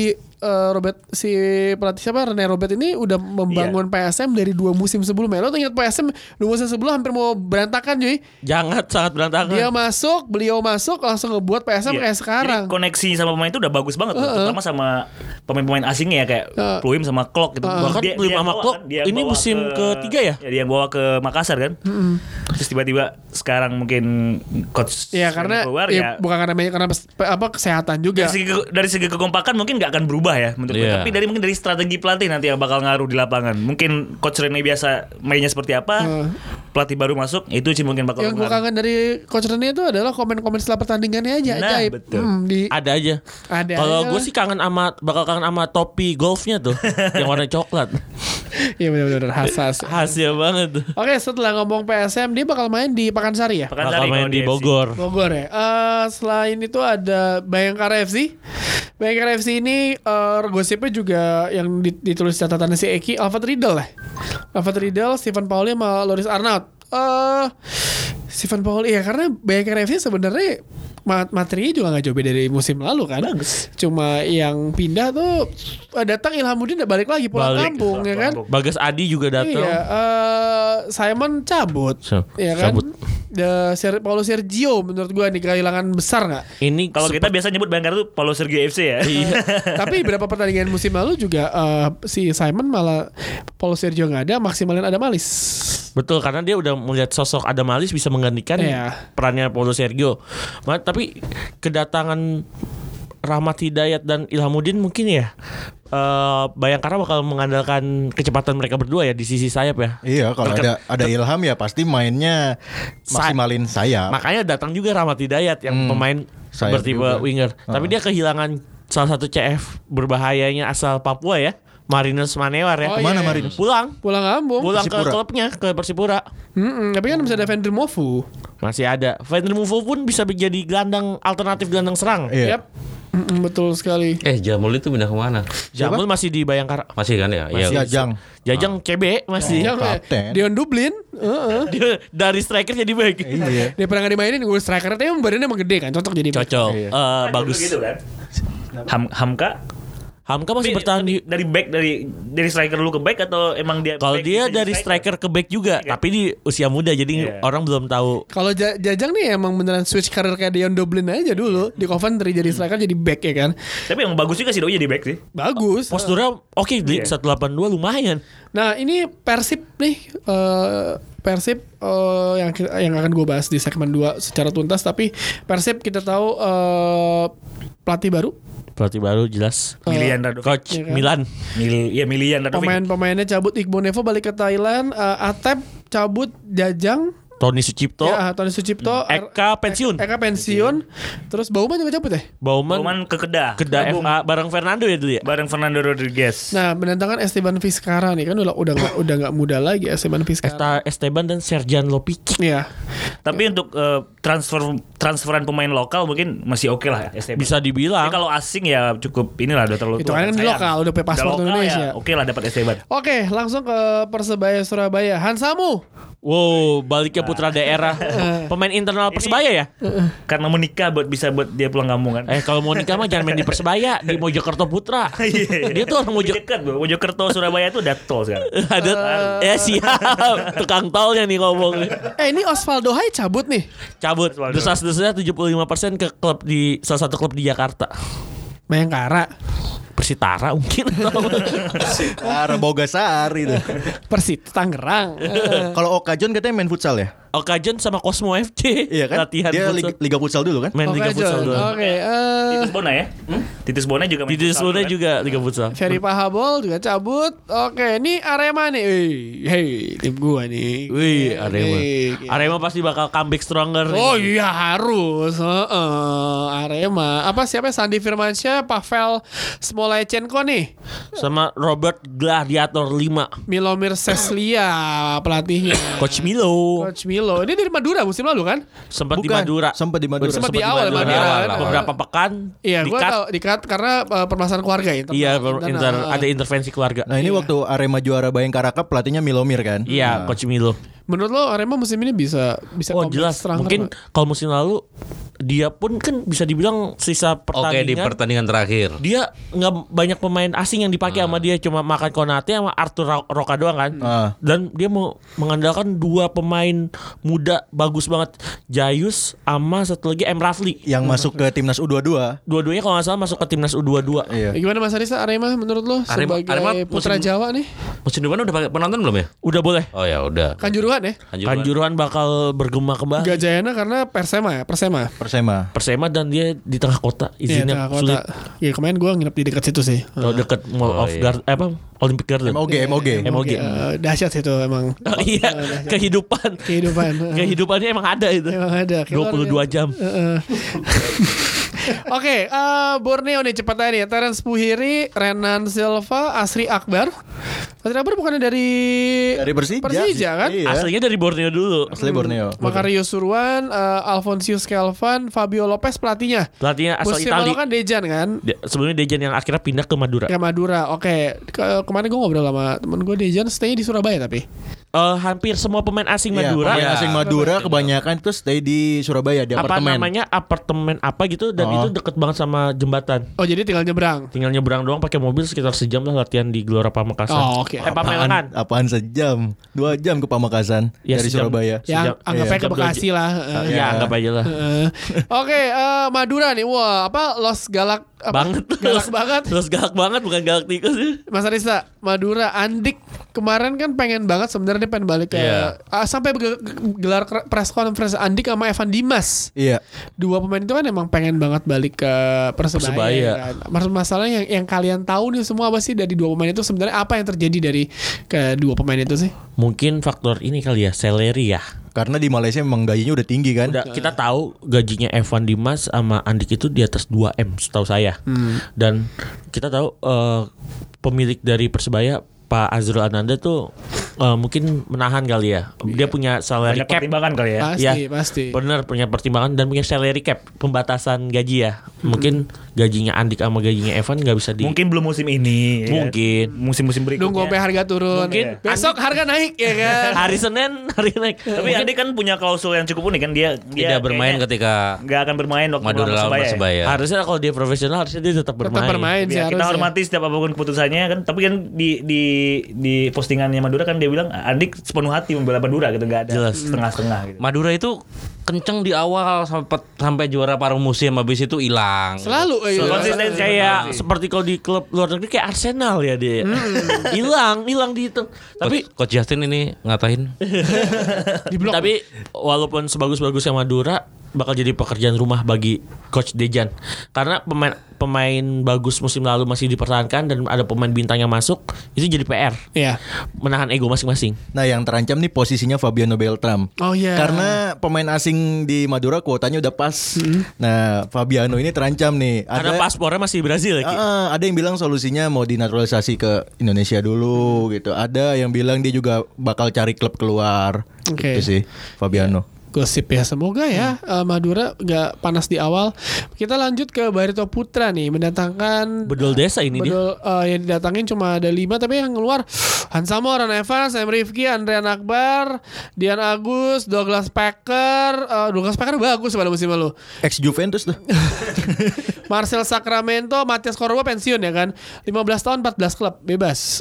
uh, Robert si pelatih siapa Rene Robert ini udah membangun P S M dari dua musim sebelumnya. Lo tuh ingat P S M dua musim sebelum hampir mau berantakan cuy. Jangan sangat berantakan. Dia masuk, beliau masuk langsung ngebuat P S M Iya. kayak sekarang. Jadi koneksi sama pemain itu udah bagus banget tuh. Terutama sama pemain-pemain asingnya ya kayak Uh. Pluim sama Klok gitu. Bahkan Dia- Pluim dia sama bawa Klok kan, dia ini bawa musim ketiga ya? Ya dia yang bawa ke Makassar kan. Terus tiba-tiba sekarang mungkin coach Ya karena keluar ya, ya. bukan karena karena apa kesehatan juga. Dari segi, dari segi kekompakan mungkin nggak akan berubah ya menurut gue. Iya. Tapi dari mungkin dari strategi pelatih nanti yang bakal ngaruh di lapangan. Mungkin coach Rene biasa mainnya seperti apa, Hmm. pelatih baru masuk itu sih mungkin bakal Yang gue ngaruh. kangen dari Coach Rene itu adalah komen-komen setelah pertandingannya aja Nah, ajaib. betul. Hmm, di Ada aja. Ada Kalau aja gue lah. sih kangen sama bakal kangen sama topi golfnya tuh yang warna coklat. Iya benar-benar khas. Hasil banget tuh. Oke, setelah ngomong P S M dia bakal main di Pakansari ya? Pekansari Bakal main kalau di F C. Bogor. Bogor ya. Eh, selain itu ada Bayangkara F C. Bayangkara F C ini eh, gosipnya juga yang di- ditulis catatan si Eki, Alfred Riedel lah. Alfred Riedel, Stephen Pauli sama Loris Arnaud. Eh Stephen Pauli ya karena Bayangkara F C sebenarnya ma- materinya juga nggak jauh beda dari musim lalu kan. Bagus. Cuma yang pindah tuh eh, datang Ilhamuddin udah balik lagi pulang Balik. kampung ya kan. Kampung. Bagas Adi juga datang. Iya, eh, Simon cabut, So, ya kan? cabut. The Ser- Paulo Sergio menurut gua nih kehilangan besar nggak? Ini Kalau kita biasa nyebut Bayangkara itu Paulo Sergio F C ya. iya. Tapi beberapa pertandingan musim lalu juga eh, si Simon malah Paulo Sergio nggak ada, maksimalin ada Malis. Betul karena dia udah melihat sosok Adam Malis bisa menggantikan Iya. perannya Paulo Sergio. Ma- tapi kedatangan Rahmat Hidayat dan Ilhamuddin mungkin ya eh, Bayangkara bakal mengandalkan kecepatan mereka berdua ya di sisi sayap ya. Iya, kalau ada ada Ilham ya pasti mainnya Sa- maksimalin saya. Makanya datang juga Rahmat Hidayat yang Hmm, pemain sayap bertipe juga. winger. Tapi dia kehilangan salah satu C F berbahayanya asal Papua ya, Marinus Manewar ya. Oh, Kemana iya. Marinus? Pulang. Pulang kampung. Pulang ke Persipura. klubnya, ke Persipura. Mm-mm, tapi kan bisa ada Vendry Mofu. Masih ada. Vander Muvo pun bisa menjadi gelandang alternatif gelandang serang. Iya. Yap. Mm-mm, betul sekali. Eh Jamul itu pindah kemana? Jamul masih di Bayangkara. Masih kan ya? Iya. Jajang. Jajang C B masih. Yang eh, kapten. Dion Dublin, heeh. Dia dari striker jadi back. Iya. Dia pernah nggak dimainin, gue striker tapi badannya emang gede kan, cocok jadi back. Cocok. Iya. Eh, Kan bagus. dulu gitu kan. Ham Hamka Hamka masih Tapi bertahan di dari back dari dari striker dulu ke back atau emang dia kalau back dia bisa jadi dari striker ke back juga, tapi di usia muda jadi Iya. orang belum tahu. Kalau Ja- Jajang nih emang beneran switch karir kayak Dion Dublin aja dulu di Coventry jadi striker jadi back ya kan. Tapi yang bagus juga sih doi jadi back sih. Bagus. Posturnya oke di Iya. seratus delapan puluh dua lumayan. Nah ini Persib nih eh, Persib eh, yang yang akan gue bahas di segmen dua secara tuntas. Tapi Persib kita tahu eh, pelatih baru, Pelatih baru jelas. Milian Radovic. Coach Iya kan? Milan. Mil, ya Milian Radovic. pemain-pemainnya cabut, Iqbal Nevo balik ke Thailand, eh, Atep cabut, Jajang, Tony Sucipto. ya Tony Sucipto, Eka pensiun. Eka pensiun, terus Bauman juga cabut ya. Bauman, Bauman ke Kedah. Kedah Gabung F A bareng Fernando ya dulu ya. bareng Fernando Rodriguez. Nah mendatangkan Esteban Vizcarra nih kan udah udah nggak udah nggak muda lagi Esteban Vizcarra. Esta Esteban dan Serjan Lopic. Iya. Tapi untuk eh, transfer transferan pemain lokal mungkin masih oke lah ya S T B. Bisa dibilang. Tapi kalau asing ya cukup inilah udah terlalu Itu kan di lokal, udah punya paspor Indonesia. Ya, oke lah dapat S T B. Oke, langsung ke Persebaya Surabaya. Hansamu. Wow, baliknya putra daerah. Pemain internal Persebaya ya? Karena menikah buat bisa buat dia pulang kampung kan. Eh kalau mau nikah mah jangan main di Persebaya, di Mojokerto Putra. Dia tuh orang Mojo Lebih dekat bro. Mojokerto Surabaya itu udah tol sekarang. ada ya siap. Tukang tolnya nih ngomong. Eh ini Osvaldo Hai cabut nih. Cabut. Desas-desasnya tujuh puluh lima persen ke klub di salah satu klub di Jakarta. Bayangkara. Persitara mungkin. Arah Bogasari itu. Persit Tangerang. Eh, Kalau Okajon katanya main futsal ya? Okajon sama Cosmo F C. Iya kan? Latihan Dia futsal. liga, liga futsal dulu kan? Main Liga Oke, Futsal John. dulu. Oke, eh, Titus Bona ya? Hmm? Titus Bona juga main Di futsal Disbona kan? juga Liga Futsal. Ferry Pahabol juga cabut. Oke, ini Arema nih. Wih, hey, tim gua nih. Wih, Arema. Nih, Arema pasti bakal comeback stronger. Oh iya harus. Heeh, Arema. Apa siapa Sandi Firmansyah, Pavel Smolaychenko nih. Sama Robert Gladiator lima. Milomir Seslia pelatihnya. Coach Milo. Coach Milo Milo. Ini dari Madura musim lalu kan? Sempat di Bukan, Madura. sempat di Madura. Sempat di awal Madura. Madura. Awal. Beberapa pekan Iya, gue di-cut. tahu di-cut karena uh, permasalahan keluarga ya. Iya, inter, ada intervensi keluarga. Nah ini waktu Arema juara Bayangkara Cup pelatihnya Milomir kan? Iya, Coach Milo. Menurut lo Arema musim ini bisa bisa Oh comeback jelas. stronger Mungkin nggak? kalau musim lalu dia pun kan bisa dibilang sisa Oke di pertandingan. pertandingan terakhir. Dia nggak banyak pemain asing yang dipakai sama dia, cuma makan Konate sama Arthur Ro- Roca doang kan. Ah. Dan dia mau mengandalkan dua pemain muda bagus banget, Jayus sama satu lagi M Rafli. Yang masuk ke timnas U dua puluh dua. Dua-duanya kalau nggak salah masuk ke timnas U dua puluh dua. Iya. Ya, gimana Mas Arisa Arema menurut lo Arema- sebagai Arema putra musim- Jawa nih? Musim depan udah pakai penonton belum ya? Udah boleh. Oh ya udah. Kanjuruhan ya? Kanjuruhan. Kanjuruhan bakal bergema kembali. Gajayana karena Persema ya, Persema. Persema. Persema dan dia di tengah kota, Iya, izinnya tengah sulit. kota. Iya, kemarin gue nginep di dekat situ sih. Kalau dekat Mall Oh, of iya. Garden, eh, apa Olympic Garden. M O G, M O G. M O G. Eh, dahsyat itu emang. Oh, iya, kehidupan. Kehidupan. Kehidupannya emang ada itu. Emang ada. Kayak dua puluh dua luar jam. biasa. Heeh. Oke, eh, Borneo nih cepat aja nih. Terence Puhiri, Renan Silva, Asri Akbar. Asri Akbar bukannya dari Dari Persija. Persija kan? Iya. Aslinya dari Borneo dulu. Asli Borneo. Makario Surwan, eh, Alfonsius Kelvan, Fabio Lopez pelatihnya. Pelatihnya asal Musim Itali. lalu kan Dejan kan? Dia- Sebelumnya Dejan yang akhirnya pindah ke Madura. Ke Madura. Oke, Ke- kemarin gue ngobrol sama temen gue Dejan, stay di Surabaya tapi. Eh, hampir semua pemain asing Iya, Madura. pemain Iya. asing Madura kebanyakan itu stay di Surabaya di Apa apartemen. namanya apartemen apa gitu dan Oh. itu deket banget sama jembatan. Oh jadi tinggal nyebrang. Tinggal nyebrang doang pakai mobil sekitar sejam lah latihan di Gelora Pamekasan. Oh, oke. Eh Pamelangan. Apaan sejam? Dua jam ke Pamekasan Ya, dari sejam. Surabaya. Ya, Sejam- anggap iya. aja ke Bekasi lah. Eh, Ya, anggap aja lah. eh. Oke, eh, Madura nih. Wah, apa Los Galak apa? Banget. Galak banget. Terus galak banget bukan galak tikus. Mas Arisa, Madura, Andik kemarin kan pengen banget sebenarnya dia pengen balik ke Iya. ah, sampai ge- gelar kre- press conference Andik sama Evan Dimas. Iya. Dua pemain itu kan emang pengen banget balik ke Persebaya. Persebaya. Kan? Mas- Masalahnya yang yang kalian tahu nih semua apa sih dari dua pemain itu sebenarnya apa yang terjadi dari kedua pemain itu sih? Mungkin faktor ini kali ya, salary ya. Karena di Malaysia memang gajinya udah tinggi kan. Udah kita tahu gajinya Evan Dimas sama Andik itu di atas dua M setahu saya. Dan kita tahu eh, pemilik dari Persebaya Pak Azrul Ananda tuh eh, mungkin menahan kali ya. Dia punya salary Banyak cap. pertimbangan kali ya. Pasti, Ya, pasti. Bener punya pertimbangan dan punya salary cap, pembatasan gaji ya. Mungkin gajinya Andik sama gajinya Evan nggak bisa di. Mungkin belum musim ini. ya. Mungkin. Musim-musim berikutnya. Nunggu sampai harga turun. Mungkin Besok harga naik ya kan. Hari Senin hari naik. Tapi Andi kan punya klausul yang cukup unik kan dia dia Tidak bermain kayaknya ketika nggak akan bermain waktu Madura melawan lawan Persebaya. Persebaya. Harusnya kalau dia profesional harusnya dia tetap bermain. Tetap bermain sih Ya, kita harusnya. hormati setiap apapun keputusannya kan, tapi kan di di di postingannya Madura kan dia bilang Andik sepenuh hati membela Madura gitu, nggak ada Jelas. setengah-setengah gitu. Madura itu kenceng di awal sampai sampai juara paruh musim, habis itu hilang. Selalu eh, So, iya. konsisten Kayak seperti kalau di klub luar negeri kayak Arsenal ya dia. Hilang, hilang di itu. Tapi Coach, Coach Justin ini ngatain di blok. tapi walaupun sebagus-bagusnya Madura bakal jadi pekerjaan rumah bagi Coach Dejan karena pemain pemain bagus musim lalu masih dipertahankan dan ada pemain bintang yang masuk, itu jadi P R Iya. menahan ego masing-masing. Nah yang terancam nih posisinya Fabiano Beltram. Oh iya. Karena pemain asing di Madura kuotanya udah pas. Nah Fabiano ini terancam nih. Karena paspornya masih Brazil ya. Ki? Ah, ah, ada yang bilang solusinya mau dinaturalisasi ke Indonesia dulu gitu. Ada yang bilang dia juga bakal cari klub keluar. Oke. Gitu sih Fabiano. Gosip ya, semoga ya eh, Madura gak panas di awal. Kita lanjut ke Barito Putra nih, mendatangkan Bedol desa ini dia. Bedol, eh, yang didatangin cuma ada lima, tapi yang keluar Hansamo, Aaron Evans, Sam Rifki, Andrian Akbar, Dian Agus, Douglas Packer. eh, Douglas Packer bagus pada musim lalu. Ex Juventus tuh. Marcel Sacramento, Matias Cordoba pensiun ya kan, lima belas tahun empat belas klub bebas.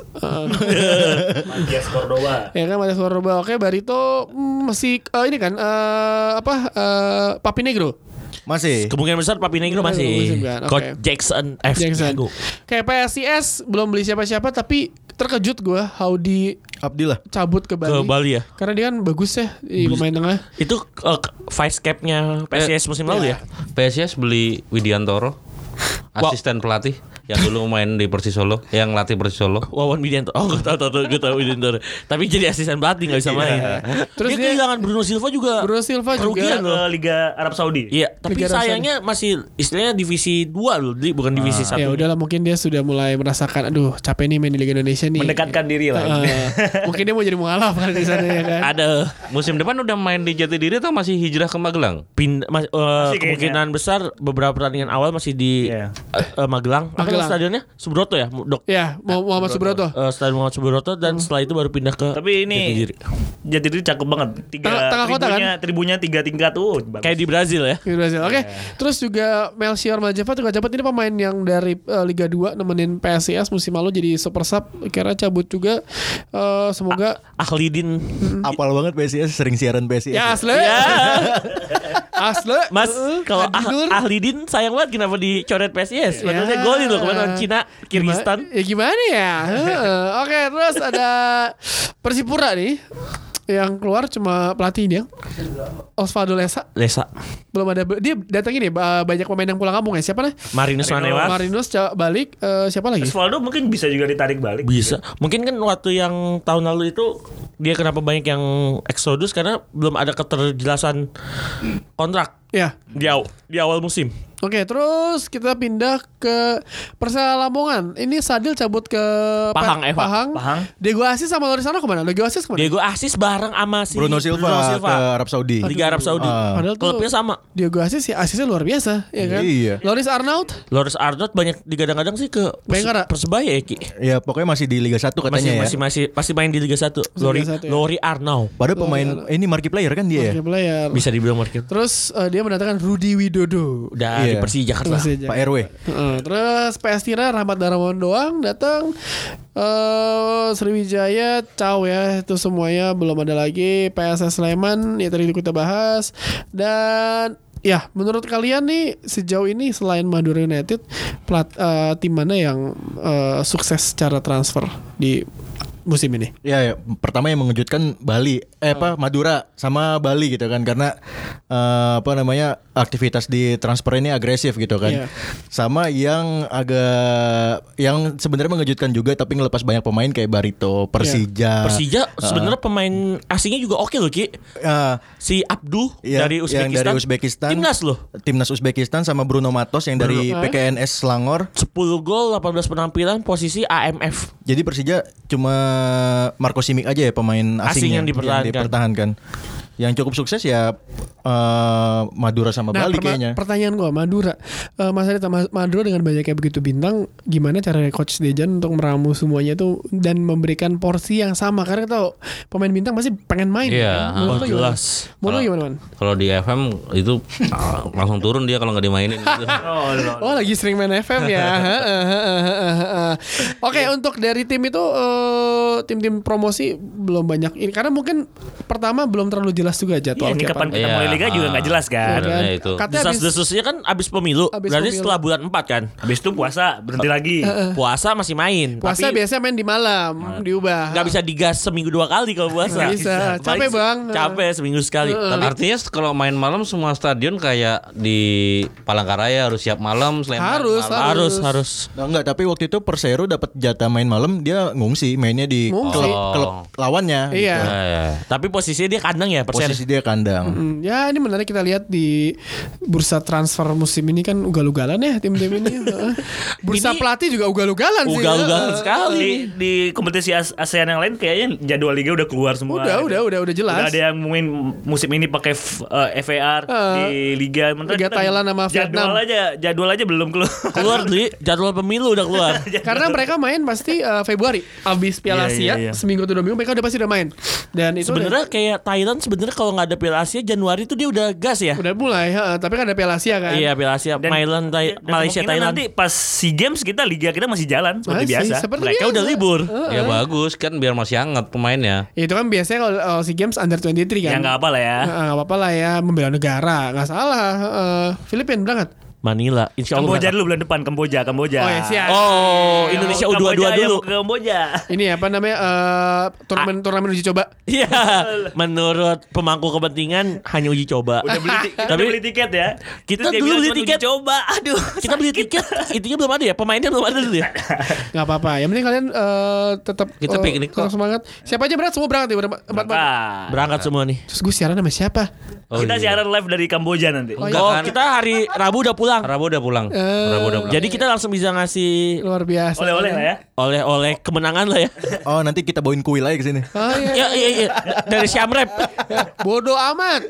Eh, Matias Cordoba. ya kan Matias Cordoba. Oke, Barito mm, masih eh, ini kan eh, apa eh, Papi Negro. Masih. Kemungkinan besar Papi Negro Masih, masih. kan? Coach Oke. Jackson F. Jackson. Thiago. Kayak P S I S belum beli siapa-siapa, tapi terkejut gue Howdy Abdillah. cabut ke Bali. Ke Bali ya. Karena dia kan bagus ya di pemain tengah. Itu uh, vice capnya P S I S musim lalu ya. P S I S beli Widiantoro, asisten pelatih yang dulu main di Persis Solo, yang latih Persis Solo. Wawan Widianto. Oh, gue tahu tahu gue tahu Widianto. Tapi jadi asisten pelatih enggak bisa main. Terus dia dia- kehilangan Bruno Silva juga. Bruno Silva juga. Kerugian ke loh. Liga Arab Saudi. Iya, tapi Liga Arab sayangnya masih istilahnya divisi dua loh, Di, bukan divisi satu. Ya udahlah, mungkin dia sudah mulai merasakan, aduh capek nih main di Liga Indonesia nih. Mendekatkan diri lah. Eh, mungkin dia mau jadi mualaf kan di sana ya kan. Ada Musim depan udah main di Jatidiri atau masih hijrah ke Magelang? Pind, mas, eh, Masih kemungkinan besar beberapa pertandingan awal masih di Iya. eh, eh, Magelang. Apa Magelang. stadionnya? Subroto ya, Dok. Ya, mau Muhammad Subroto. Eh, Stadion Muhammad Subroto dan setelah itu baru pindah ke Tapi ini Jatidiri. Jatidiri cakep banget. Tiga Tengah- tengah kota, tribunya, tribunya tiga tingkat tuh. bagus. Kayak di Brazil ya. Di Brazil. Oke. Terus juga Melchior Majeva juga cabut, ini pemain yang dari eh, Liga dua nemenin P S I S musim lalu jadi super sub, kira cabut juga. Eh, semoga Akhlidin. Apal banget P S I S, sering siaran P S I S. ya asli. Ya. Asli. Mas, Eh, kalau Adi ah, Nur. Ahlidin sayang banget kenapa dicoret P S I S. Padahal dia golin loh kemarin lawan Cina, Kirgistan. Gimana, ya gimana ya? Heeh. Oke, terus ada Persipura nih yang keluar cuma pelatih dia, Osvaldo Lesa. Lesa, Belum ada, dia datang ini ba- banyak pemain yang pulang kampung ya. Siapa nih? Marinus Manewas. Marinos ca- balik, eh, siapa lagi? Osvaldo mungkin bisa juga ditarik balik. Bisa. Mungkin kan waktu yang tahun lalu itu dia kenapa banyak yang eksodus karena belum ada keterjelasan kontrak Ya. di awal, di awal musim. Oke, terus kita pindah ke Persela Lamongan. Ini Sadil cabut ke Pahang, Pe- Eva. Pahang. Pahang. Diego Asis sama Lorisano kemana? Diego Asis kemana? Diego Asis bareng sama si Bruno Silva, ke Arab Saudi. Liga Arab Saudi. Ah. Padahal tuh Klubnya sama. Diego Asis ya, Asisnya luar biasa, ya kan? Iya. Loris Arnaud, Loris Arnold banyak digadang-gadang sih ke Perse- Bayangkara. Persebaya ya Ki. Ya pokoknya masih di Liga satu Masih katanya ya. masih masih pasti main di Liga satu. Lori satu ya. Lori Arnaud. Padahal pemain ini marquee player kan dia ya. Oke, player. Bisa dibilang market. Terus eh, dia mendatangkan Rudy Widodo. Udah Iya. di Persija Jakarta. Persija. Pak R W. Heeh, terus P S Tira Rahmat Darmawan doang datang. eh Sriwijaya Caw ya, itu semuanya belum ada lagi. P S S Sleman ya tadi kita bahas. Dan ya, menurut kalian nih sejauh ini selain Madura United, plat, eh, tim mana yang eh, sukses secara transfer di musim ini? Ya, ya, pertama yang mengejutkan Bali, eh apa Madura sama Bali gitu kan, karena eh, apa namanya aktivitas di transfer ini agresif gitu kan. Iya. Sama yang agak yang sebenarnya mengejutkan juga tapi ngelepas banyak pemain kayak Barito, Persija. Persija sebenarnya pemain asingnya juga oke loh Ki. Eh, Si Abdu Iya, dari yang Uzbekistan. dari Uzbekistan. Timnas loh. Timnas Uzbekistan sama Bruno Matos yang dari Bruno. P K N S Selangor. sepuluh gol, delapan belas penampilan, posisi A M F. Jadi Persija cuma Marco Simic aja ya pemain Asing asingnya yang dipertahankan. dipertahankan. Yang cukup sukses ya eh, Madura sama Nah, Bali perma- kayaknya. pertanyaan gua Madura, Eh, Mas Arita, Ma- Madura dengan banyaknya begitu bintang, gimana cara coach Dejan untuk meramu semuanya tuh dan memberikan porsi yang sama? Karena kita tahu pemain bintang pasti pengen main. Iya, kan? Menurut oh, lu gimana? jelas. Menurut lu Kalau- gimana, Man? Kalau di F M itu ah, langsung turun dia kalau nggak dimainin gitu. Oh, no. Oh, lagi sering main F M ya. Heeh, heeh, heeh, heeh. Oke, untuk dari tim itu eh, tim-tim promosi belum banyak ini karena mungkin pertama belum terlalu jelas juga Iya, jadwal ini kapan kita Iya, mulai liga juga ah. nggak jelas kan. Sebenarnya itu. Katanya habis- Desas-desusnya kan abis pemilu. Abis Berarti pemilu. setelah bulan empat kan. Habis itu puasa berhenti lagi. Puasa masih main. puasa tapi biasanya main di malam, diubah. nggak bisa digas seminggu dua kali kalau puasa. Nggak bisa. Capek, Paling- Bang. Capek seminggu sekali. Tapi Artinya kalau main malam semua stadion kayak di Palangkaraya harus siap malam, Sleman Harus, malam. harus harus. Nah, enggak, tapi waktu itu Persero dapat jatah main malam, dia ngungsi mainnya di Ngungsi. klub, Oh. klub lawannya. Iya. gitu. Ya, ya. Tapi posisinya dia kandang ya persen. Posisi dia kandang. Hmm, ya ini menarik kita lihat di bursa transfer musim ini kan ugal-ugalan ya tim-tim ini. Heeh. bursa Ini- pelatih juga ugal-ugalan sih. Ugal-ugalan Heeh. sekali. Di, di kompetisi As- ASEAN yang lain kayaknya jadwal liga udah keluar semua. Udah, udah, udah, udah jelas. Udah ada yang main musim ini pakai f- eh, F A R Eh, di liga. Sementara Liga kita Thailand sama jadwal Vietnam. aja, jadwal aja belum keluar. Keluar di jadwal pemilu udah keluar. Karena mereka main pasti eh, Februari abis Piala Iya, Asia iya, iya. seminggu atau dua minggu mereka udah pasti udah main. Dan itu Sebenarnya kayak Thailand sebenarnya kalau nggak ada Piala Asia Januari itu dia udah gas ya. udah, udah mulai, heeh. Tapi kan ada Piala Asia kan. Iya Piala Asia, Dan- Thailand, Thai- Dan Malaysia, kemungkinan Thailand. nanti pas SEA Games kita liga kita masih jalan seperti Masih, biasa. seperti Mereka biasa. udah libur. Ya bagus kan biar masih hangat pemainnya. Itu kan biasanya kalau uh, SEA Games under dua puluh tiga kan. Ya nggak apa lah ya. Heeh, nggak apa-apa lah ya, membela negara, nggak salah. Heeh. Filipina berangkat. Manila. Insya Allah. Kamboja dulu bulan depan, Kamboja, Kamboja. Oh ya siap. Oh, Indonesia U dua puluh dua Kamboja, dulu. ayo ke Kamboja. Ini apa namanya eh, turnamen turnamen uji coba. Iya. Menurut pemangku kepentingan hanya uji coba. Udah beli, ti- kita Tapi- udah beli tiket ya. Kita Terus dia dulu bilang beli cuma uji tiket. Coba, aduh. Kita beli tiket, intinya belum ada ya, pemainnya belum ada dulu ya. Gak apa-apa. Yang penting kalian eh, tetap Kita eh, piknik kok. tetap semangat. Siapa aja berangkat? Semua berangkat ya. Empat, empat, empat. Nah, Berangkat semua nih. Terus gue siaran sama siapa? Oh, kita iya. siaran live dari Kamboja nanti. Oh, Enggak Oh, kan? kita hari Rabu udah pulang. Rabu udah pulang. Eh, Rabu udah pulang. Jadi kita langsung bisa ngasih Luar biasa. Oleh-oleh lah ya. oleh-oleh kemenangan lah ya. Oh, nanti kita bawain kuil aja ke sini. Oh, iya. Iya iya iya. Dari Syamrep. Bodoh amat.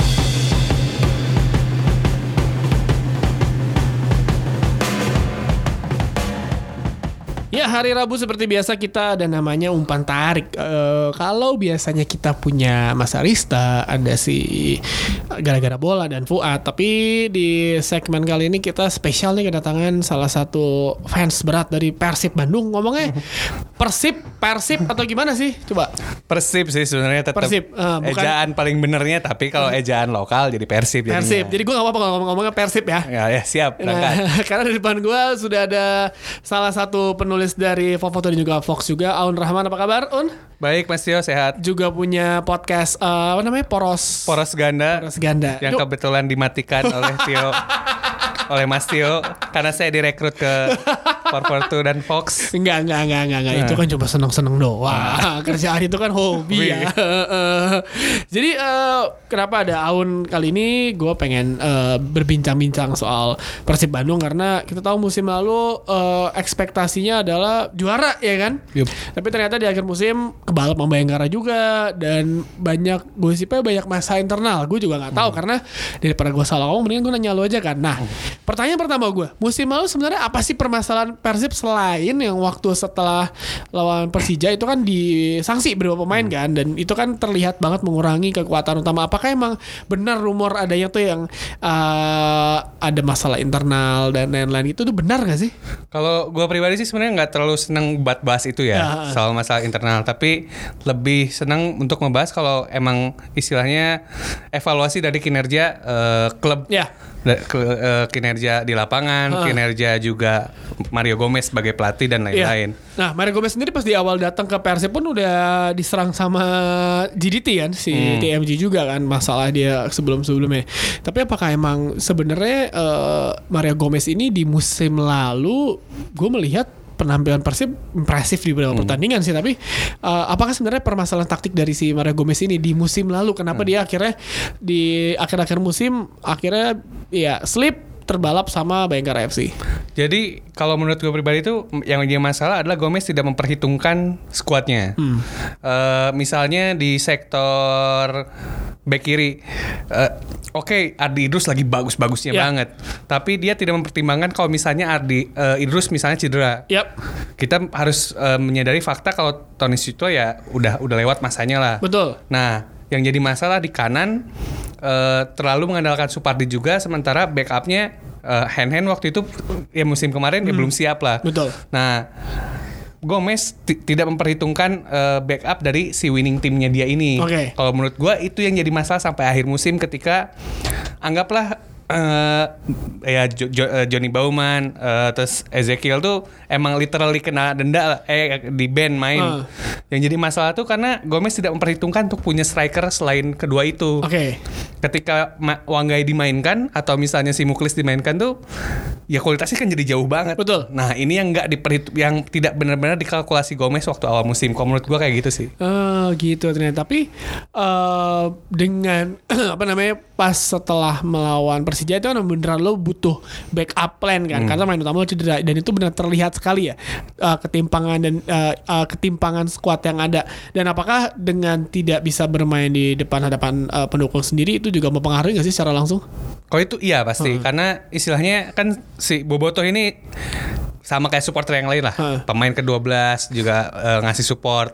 Ya, hari Rabu seperti biasa kita ada namanya umpan tarik. Eh, kalau biasanya kita punya Mas Arista, ada si gara-gara bola dan Fuad, tapi di segmen kali ini kita spesial nih kedatangan salah satu fans berat dari Persib Bandung. Ngomongnya Persib, Persib atau gimana sih? Coba. Persib sih sebenarnya tetap Persib, eh, bukan- ejaan paling benernya, tapi kalau ejaan lokal jadi Persib jadinya. Persib. Jadi gue gak apa-apa kalau ngomong-ngomongnya Persib ya. Ya, ya siap berangkat. Nah, karena di depan gue sudah ada salah satu penulis dari Foto dan juga Fox juga, Aun Rahman. Apa kabar, Un? Baik Mas Tio, sehat. Juga punya podcast eh, apa namanya? Poros Poros ganda Poros Ganda. yang Yuk. kebetulan dimatikan oleh Tio, oleh Mas Tio, karena saya direkrut ke empat empat dua dan Fox. Enggak, enggak, enggak, enggak, enggak. Itu kan cuma seneng-seneng doang. Kerjaan itu kan hobi ya. Jadi eh, kenapa ada Aun kali ini? Gue pengen eh, berbincang-bincang soal Persib Bandung karena kita tahu musim lalu eh, ekspektasinya adalah juara ya kan. Tapi ternyata di akhir musim kebalap sama Bayangkara juga dan banyak gosipnya banyak masalah internal. Gue juga nggak tahu karena daripada gue salah ngomong, mendingan gue nanya lo aja kan. Nah, pertanyaan pertama gue, musim lalu sebenarnya apa sih permasalahan Persib selain yang waktu setelah lawan Persija itu kan disanksi beberapa pemain kan, dan itu kan terlihat banget mengurangi kekuatan utama. Apakah emang benar rumor adanya tuh yang uh, ada masalah internal dan lain-lain itu tuh benar gak sih? Kalau gue pribadi sih sebenarnya nggak terlalu seneng buat bahas itu ya, Ya. soal masalah internal, tapi lebih senang untuk membahas kalau emang istilahnya evaluasi dari kinerja eh, klub. Ya. Da- ke- eh, kinerja di lapangan, Ah. kinerja juga Mario Gomez sebagai pelatih dan lain-lain. Iya. Nah, Mario Gomez sendiri pas di awal datang ke Persib pun udah diserang sama G D T kan, si Hmm. T M G juga kan, masalah dia sebelum-sebelumnya. Tapi apakah emang sebenarnya eh, Mario Gomez ini di musim lalu gue melihat penampilan Persib impresif di beberapa pertandingan sih, tapi eh, apakah sebenarnya permasalahan taktik dari si Mario Gomez ini di musim lalu kenapa dia akhirnya di akhir-akhir musim akhirnya ya slip terbalap sama Bayangkara F C? Jadi kalau menurut gue pribadi itu yang jadi masalah adalah Gomez tidak memperhitungkan skuadnya. Eh, misalnya di sektor back kiri, eh, oke okay, Ardi Idrus lagi bagus-bagusnya Ya. banget, tapi dia tidak mempertimbangkan kalau misalnya Ardi eh, Idrus misalnya cedera. Yap, Kita harus eh, menyadari fakta kalau Tony Sito ya udah udah lewat masanya lah. betul. Nah, yang jadi masalah di kanan eh, terlalu mengandalkan Supardi juga, sementara backupnya eh, Hen-Hen waktu itu ya musim kemarin ya belum siap lah. Betul. Nah, Gomez ti- tidak memperhitungkan eh, backup dari si winning timnya dia ini. Oke. Kalau menurut gua itu yang jadi masalah sampai akhir musim ketika anggaplah eh ya Jo- Jo- eh, Johnny Bauman eh, terus Ezekiel tuh emang literally kena denda lah, eh di ban main. Ah. Yang jadi masalah tuh karena Gomez tidak memperhitungkan untuk punya striker selain kedua itu. Oke. Ketika Ma- Wanggai dimainkan atau misalnya si Muklis dimainkan tuh ya kualitasnya kan jadi jauh banget. Betul. Nah, ini yang nggak diperhit yang tidak benar-benar dikalkulasi Gomez waktu awal musim. Kalau menurut gua kayak gitu sih. Oh gitu ternyata. Tapi eh dengan apa namanya pas setelah melawan Persija itu kan beneran lo butuh backup plan kan, karena main utama lo cedera dan itu benar terlihat sekali ya eh, ketimpangan dan eh, eh, ketimpangan skuad yang ada. Dan apakah dengan tidak bisa bermain di depan hadapan eh, pendukung sendiri itu juga mempengaruhi nggak sih secara langsung? Kalau itu iya pasti, karena istilahnya kan si Bobotoh ini sama kayak supporter yang lain lah. Heeh. Pemain ke dua belas juga eh, ngasih support.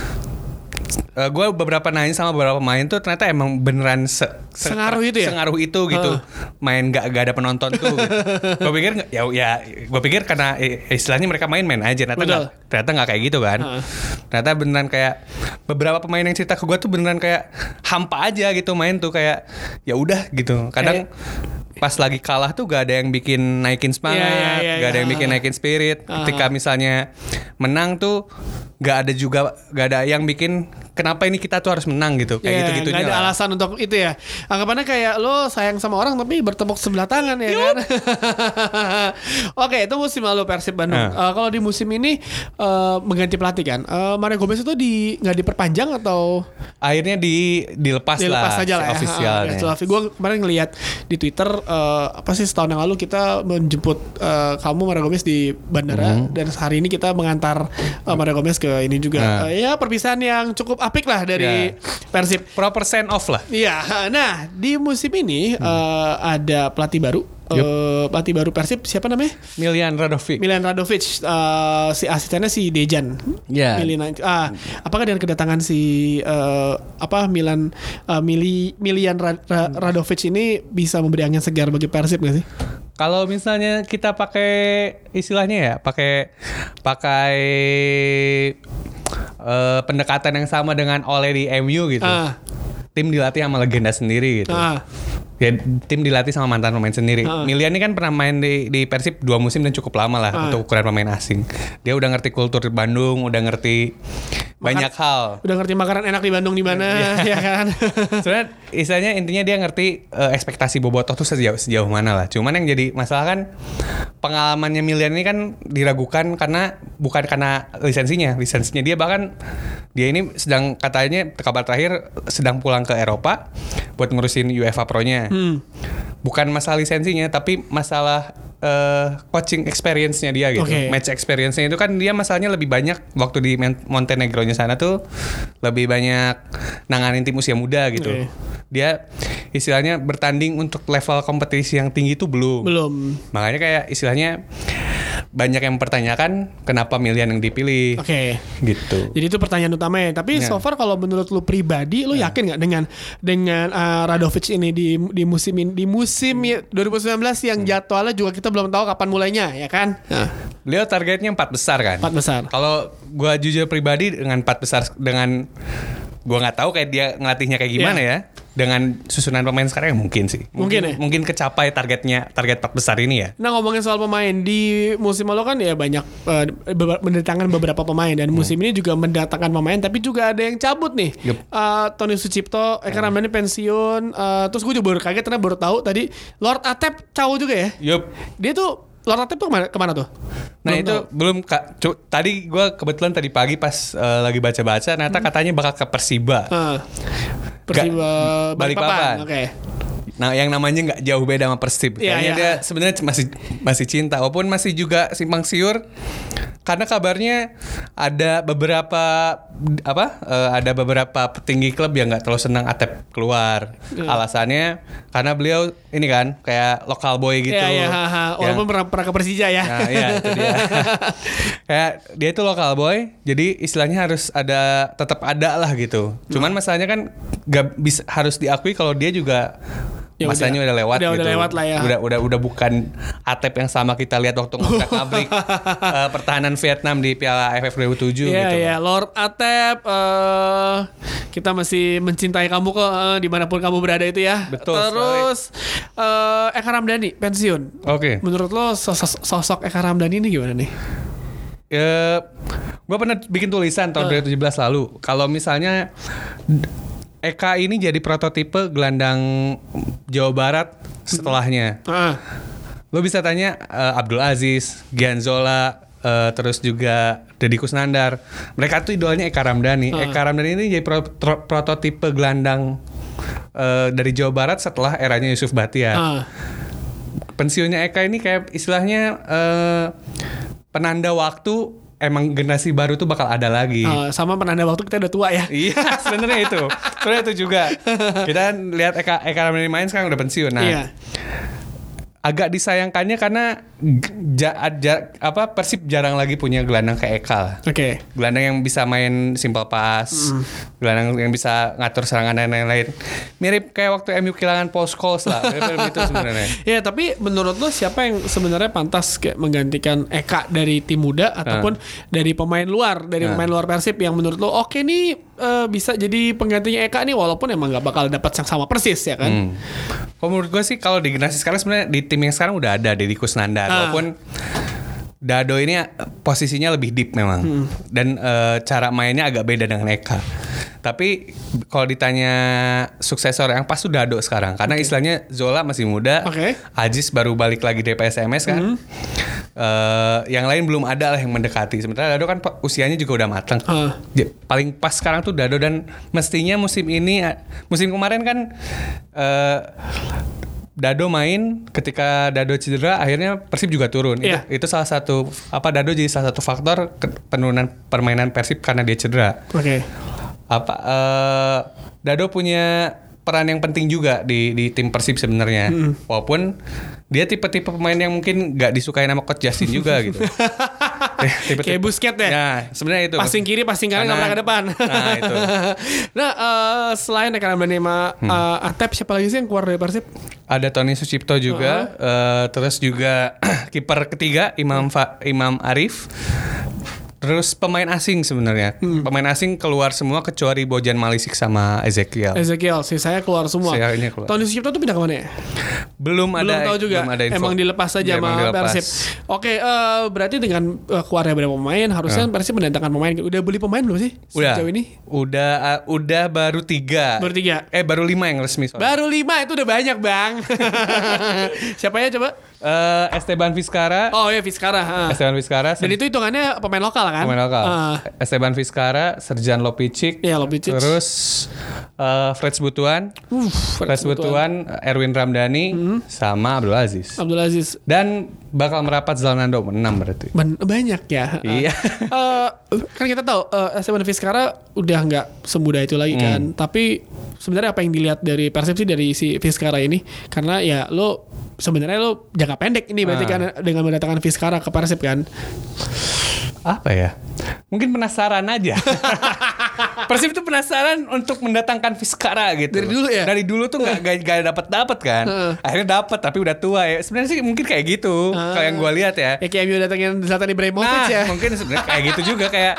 Eh, gue beberapa nanya sama beberapa pemain tuh ternyata emang beneran se- se- Sengaruh itu ya? sengaruh itu gitu. Main gak, gak ada penonton tuh. Gitu. Gue pikir nggak- ya ya gue pikir karena eh, istilahnya mereka main-main aja. Ternyata Betul. nggak ternyata nggak kayak gitu kan. Heeh. Ternyata beneran kayak beberapa pemain yang cerita ke gue tuh beneran kayak hampa aja gitu main tuh kayak ya udah gitu. Kadang pas lagi kalah tuh gak ada yang bikin naikin semangat, Iya, iya, iya, gak ada iya. yang bikin naikin spirit. Ah. Ketika misalnya menang tuh gak ada juga gak ada yang bikin kenapa ini kita tuh harus menang gitu, kayak Iya, gitu-gitunya nggak ada lah. alasan untuk itu ya. Anggapannya kayak lo sayang sama orang tapi bertepuk sebelah tangan ya kan. Oke, itu musim lalu Persib Bandung. Nah. Eh, kalau di musim ini eh, mengganti pelatih kan. Eh, Mario Gomez itu di nggak diperpanjang atau Akhirnya di dilepas, dilepas lah saja lah ya. ofisialnya. Gue kemarin ngelihat di Twitter eh, apa sih setahun yang lalu kita menjemput eh, kamu Mario Gomez di bandara dan hari ini kita mengantar eh, Mario Gomez ke ini juga. Nah. Eh, ya perpisahan yang cukup apik lah dari Ya. Persib. Proper send off lah. Iya, nah di musim ini eh, ada pelatih baru, eh, pelatih baru Persib siapa namanya? Milian Radovic. Milan Radovic, eh, si asistennya si Dejan. Ya. Milian, ah, apakah dengan kedatangan si eh, apa Milan eh, Mili, Milian Ra- Ra- Radovic ini bisa memberi angin segar bagi Persib nggak sih? Kalau misalnya kita pakai istilahnya ya, pakai pakai eh, pendekatan yang sama dengan Ole di M U gitu. Ah. Tim dilatih sama legenda sendiri gitu. Ah. Ya, tim dilatih sama mantan pemain sendiri. Ah. Milian ini kan pernah main di, di Persib dua musim dan cukup lama lah Ah. untuk ukuran pemain asing. Dia udah ngerti kultur Bandung, udah ngerti banyak hal. Udah ngerti makanan enak di Bandung di mana ya kan? Sebenarnya istilahnya intinya dia ngerti eh, ekspektasi Bobotoh tuh sejauh sejauh mana lah. Cuman yang jadi masalah kan pengalamannya Milian ini kan diragukan karena bukan karena lisensinya. Lisensinya dia bahkan dia ini sedang katanya kabar terakhir sedang pulang ke Eropa buat ngurusin UEFA Pro-nya. Hmm. Bukan masalah lisensinya tapi masalah eh, coaching experience-nya dia gitu. Oke. Match experience-nya itu kan dia masalahnya lebih banyak waktu di Men- Montenegro-nya sana tuh lebih banyak nanganin tim usia muda gitu. Oke. Dia istilahnya bertanding untuk level kompetisi yang tinggi itu belum. Belum. Makanya kayak istilahnya banyak yang mempertanyakan kenapa Milian yang dipilih. Oke. Gitu. Jadi itu pertanyaan utamanya. Tapi Ya. so far kalau menurut lu pribadi, lu yakin nggak dengan dengan uh, Radovic ini di di musim ini, di musim ya, dua ribu sembilan belas yang jadwalnya juga kita belum tahu kapan mulainya, ya kan? Nah, Beliau targetnya empat besar kan. empat besar. Kalau gua jujur pribadi dengan empat besar dengan gua nggak tahu kayak dia ngelatihnya kayak gimana ya. Dengan susunan pemain sekarang ya mungkin sih. Mungkin ya? Mungkin kecapai targetnya target empat besar ini ya. Nah ngomongin soal pemain di musim lalu kan ya banyak uh, be- mendatangkan beberapa pemain dan musim ini juga mendatangkan pemain tapi juga ada yang cabut nih. Yup. Uh, Tony Sucipto, Eka Ramdhani pensiun. Uh, terus gue juga baru kaget karena baru tahu tadi Lord Atep caw juga ya. Yup. Dia tuh Lord Atep tuh kemana, kemana tuh? Nah Belum itu tahu. belum Kak. Cu- tadi gue kebetulan tadi pagi pas eh, lagi baca-baca, ternyata katanya bakal ke Persiba. Uh, Persiba Balikpapan. Balikpapan. Oke. Nah yang namanya nggak jauh beda sama Persib. Iya, Kayaknya iya. dia sebenarnya masih masih cinta, walaupun masih juga simpang siur. Karena kabarnya ada beberapa apa? eh, ada beberapa petinggi klub yang nggak terlalu senang Atep keluar. Iya. Alasannya karena beliau ini kan kayak lokal boy gitu. Iya, iya, ha, ha. Walaupun Yang- pernah, pernah ke Persija ya. Nah, iya itu dia. Kayak dia itu lokal boy, jadi istilahnya harus ada tetap ada lah gitu. Cuman masalahnya kan gak bisa harus diakui kalau dia juga Ya masanya udah. udah, lewat Udah- gitu. udah lewat lah ya. Udah udah udah bukan Atep yang sama kita lihat waktu ngontrak pabrik eh, pertahanan Vietnam di Piala A F F dua ribu tujuh Iya gitu. iya Lord Atep, eh kita masih mencintai kamu kok eh, dimanapun kamu berada itu ya. Betul Terus eh Eka Ramdhani pensiun. Oke. Menurut lo sosok, sosok Eka Ramdhani ini gimana nih? Ya, gue pernah bikin tulisan tahun dua ribu tujuh belas lalu. Kalau misalnya Eka ini jadi prototipe gelandang Jawa Barat setelahnya. Ah, Lo bisa tanya eh, Abdul Aziz, Gianzola, eh, terus juga Deddy Kusnandar. Mereka tuh idolanya Eka Ramdhani. Ah. Eka Ramdhani ini jadi pro- tro- prototipe gelandang eh, dari Jawa Barat setelah eranya Yusuf Bahtiar. ah. Pensiunnya Eka ini kayak istilahnya eh, penanda waktu. Emang generasi baru tuh bakal ada lagi. Eh, sama penanda waktu kita udah tua ya. Iya, sebenarnya itu. Sebenarnya itu juga. Kita lihat Eka Eka Ramdhani main sekarang udah pensiun. Nah, Iya. agak disayangkannya karena g- ja, ja- apa Persib jarang lagi punya gelandang kayak Eka lah. Oke. Gelandang yang bisa main simple pass, gelandang yang bisa ngatur serangan dan lain-lain. Mirip kayak waktu M U kehilangan Paul Scholes lah. Mirip itu sebenarnya. Ya tapi menurut lo siapa yang sebenarnya pantas kayak menggantikan Eka dari tim muda ataupun dari pemain luar dari Ah. pemain luar Persib yang menurut lo oke nih uh, bisa jadi penggantinya Eka nih walaupun emang nggak bakal dapat yang sama persis ya kan. Hmm. Kalau menurut gue sih kalau di generasi sekarang sebenarnya di tim yang sekarang udah ada Deddy Kusnandar Ah. walaupun Dado ini posisinya lebih deep memang Hmm. dan uh, cara mainnya agak beda dengan Eka. Tapi kalau ditanya suksesor yang pas tuh Dado sekarang karena istilahnya Zola masih muda, Oke. Aziz baru balik lagi dari P S M S kan. Hmm. Uh, yang lain belum ada lah yang mendekati. Sementara Dado kan usianya juga udah matang. Ah. Ja- Paling pas sekarang tuh Dado dan mestinya musim ini musim kemarin kan uh, Dado main ketika Dado cedera akhirnya Persib juga turun. Iya. Itu, itu salah satu apa Dado jadi salah satu faktor ke- penurunan permainan Persib karena dia cedera. Oke. Apa eh, Dado punya peran yang penting juga di di tim Persib sebenarnya. Walaupun dia tipe-tipe pemain yang mungkin nggak disukai sama Coach Justin juga gitu. Tipe-tipe- Kayak Busquets ya? Nah, sebenarnya itu. Passing kiri, passing kanan, nggak Kanan. pernah ke depan. Nah, itu. Nah, eh, selain Eka Ramdhani sama eh, Atep, siapa lagi sih yang keluar dari Persib? Ada Tony Sucipto juga, eh, terus juga kiper ketiga Imam Fa- Imam Arif. Terus pemain asing sebenarnya. Pemain asing keluar semua kecuali Bojan Malisik sama Ezekiel. Ezekiel, sih saya keluar semua. Sisanya keluar. Tony Sucipto tuh pindah ke mana ya? Belum ada Belum tahu juga. belum ada info. Emang dilepas saja Ya, emang sama dilepas. Persib. Oke, eh, berarti dengan uh, keluarnya beberapa pemain, harusnya Persib mendatangkan pemain. Udah beli pemain belum sih? Udah. Sejauh ini? Udah uh, udah baru tiga. Baru tiga. Eh baru lima yang resmi soalnya. Baru lima itu udah banyak bang. Siapa ya coba? Eh, Esteban Vizcara. Oh ya Vizcara. ha. Esteban Vizcara. Dan itu hitungannya pemain lokal kan? pemain lokal. Ah. Esteban Vizcara, Serjan Lopicic. Iya, Lopicic. Terus eh, Freds Butuan. Uh, Freds Butuan, Erwin Ramdhani, sama Abdul Aziz. Abdul Aziz. Dan bakal merapat Zalnando enam berarti. Ben- banyak ya. Iya. Eh, kan kita tahu uh, Esteban Vizcara udah nggak semudah itu lagi kan. Tapi sebenarnya apa yang dilihat dari Persib sih dari si Vizcara ini? Karena ya lo sebenarnya lo jangka pendek ini berarti Ah. kan dengan mendatangkan Vizcara ke Persib kan. Apa ya? Mungkin penasaran aja. Persib tuh penasaran untuk mendatangkan Vizcara gitu. Dari dulu ya? Dari dulu tuh nggak gak, gak dapat dapat kan. Akhirnya dapat tapi udah tua ya. Sebenarnya sih mungkin kayak gitu. Kalau yang gue lihat ya. Ya kayak M U datangin Zlatan Ibrahimovic Nah, ya. mungkin sebenarnya kayak gitu juga kayak.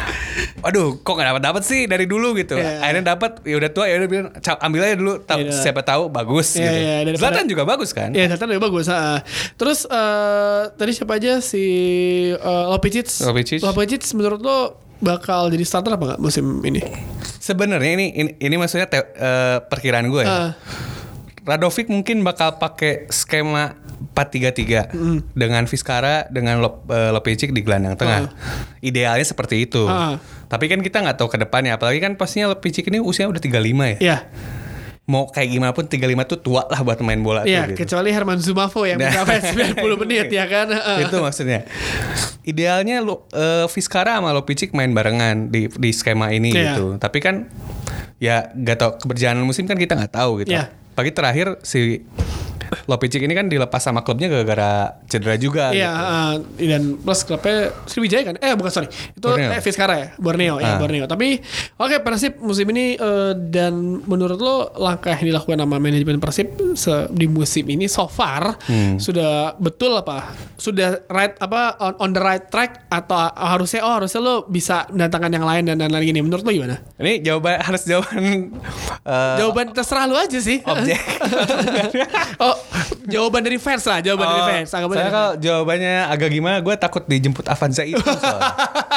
Aduh, kok gak dapat dapat sih dari dulu gitu. Iya. Akhirnya dapat, ya udah tua ya udah bilang "Ca- ambil aja dulu. Ta- Iya. siapa tahu bagus Iya, gitu. iya, daripada- Zlatan juga bagus kan? Ya Zlatan udah bagus. ha. Terus eh, tadi siapa aja si eh, Lopicic. Lopicic. Lopicic menurut lo bakal jadi starter apa nggak musim ini? Sebenarnya ini, ini ini maksudnya te- eh, perkiraan gue ya. Ah. Radovic mungkin bakal pakai skema empat tiga tiga dengan Vizcara dengan Lop, eh, Lopicic di gelandang tengah. Idealnya seperti itu. Ah. Tapi kan kita nggak tahu ke depannya, apalagi kan pastinya Lopicic ini usianya udah tiga puluh lima ya. Ya. Mau kayak gimana pun tiga puluh lima tuh tua lah buat main bola Iya, tuh gitu. kecuali Herman Zumafo yang Nah. mencapai sembilan puluh menit ya kan. Heeh. Itu maksudnya. Idealnya lo eh, Vizcara sama Lopicic main barengan di di skema ini Iya. gitu. Tapi kan ya nggak tahu keberjalanan musim kan kita nggak tahu gitu. Iya. Pagi terakhir si Lopicic ini kan dilepas sama klubnya gara-gara cedera juga. Iya, gitu. uh, dan plus klubnya Sriwijaya kan? Eh bukan sorry, itu Borneo. eh, Vizcara ya, Borneo ya Ah. Borneo. Tapi oke Persib musim ini uh, dan menurut lo langkah yang dilakukan sama manajemen Persib se- di musim ini so far Hmm. sudah betul apa? Sudah right apa on, on the right track atau harusnya oh harusnya lo bisa mendatangkan yang lain dan dan lain gini. Menurut lo gimana? Ini jawaban harus jawaban eh, Jawaban terserah lo aja sih. objek. oh, jawaban dari fans lah, jawaban dari Oh, fans. Anggapan saya dari kalau jawabannya agak gimana, gue takut dijemput Avanza itu. soalnya.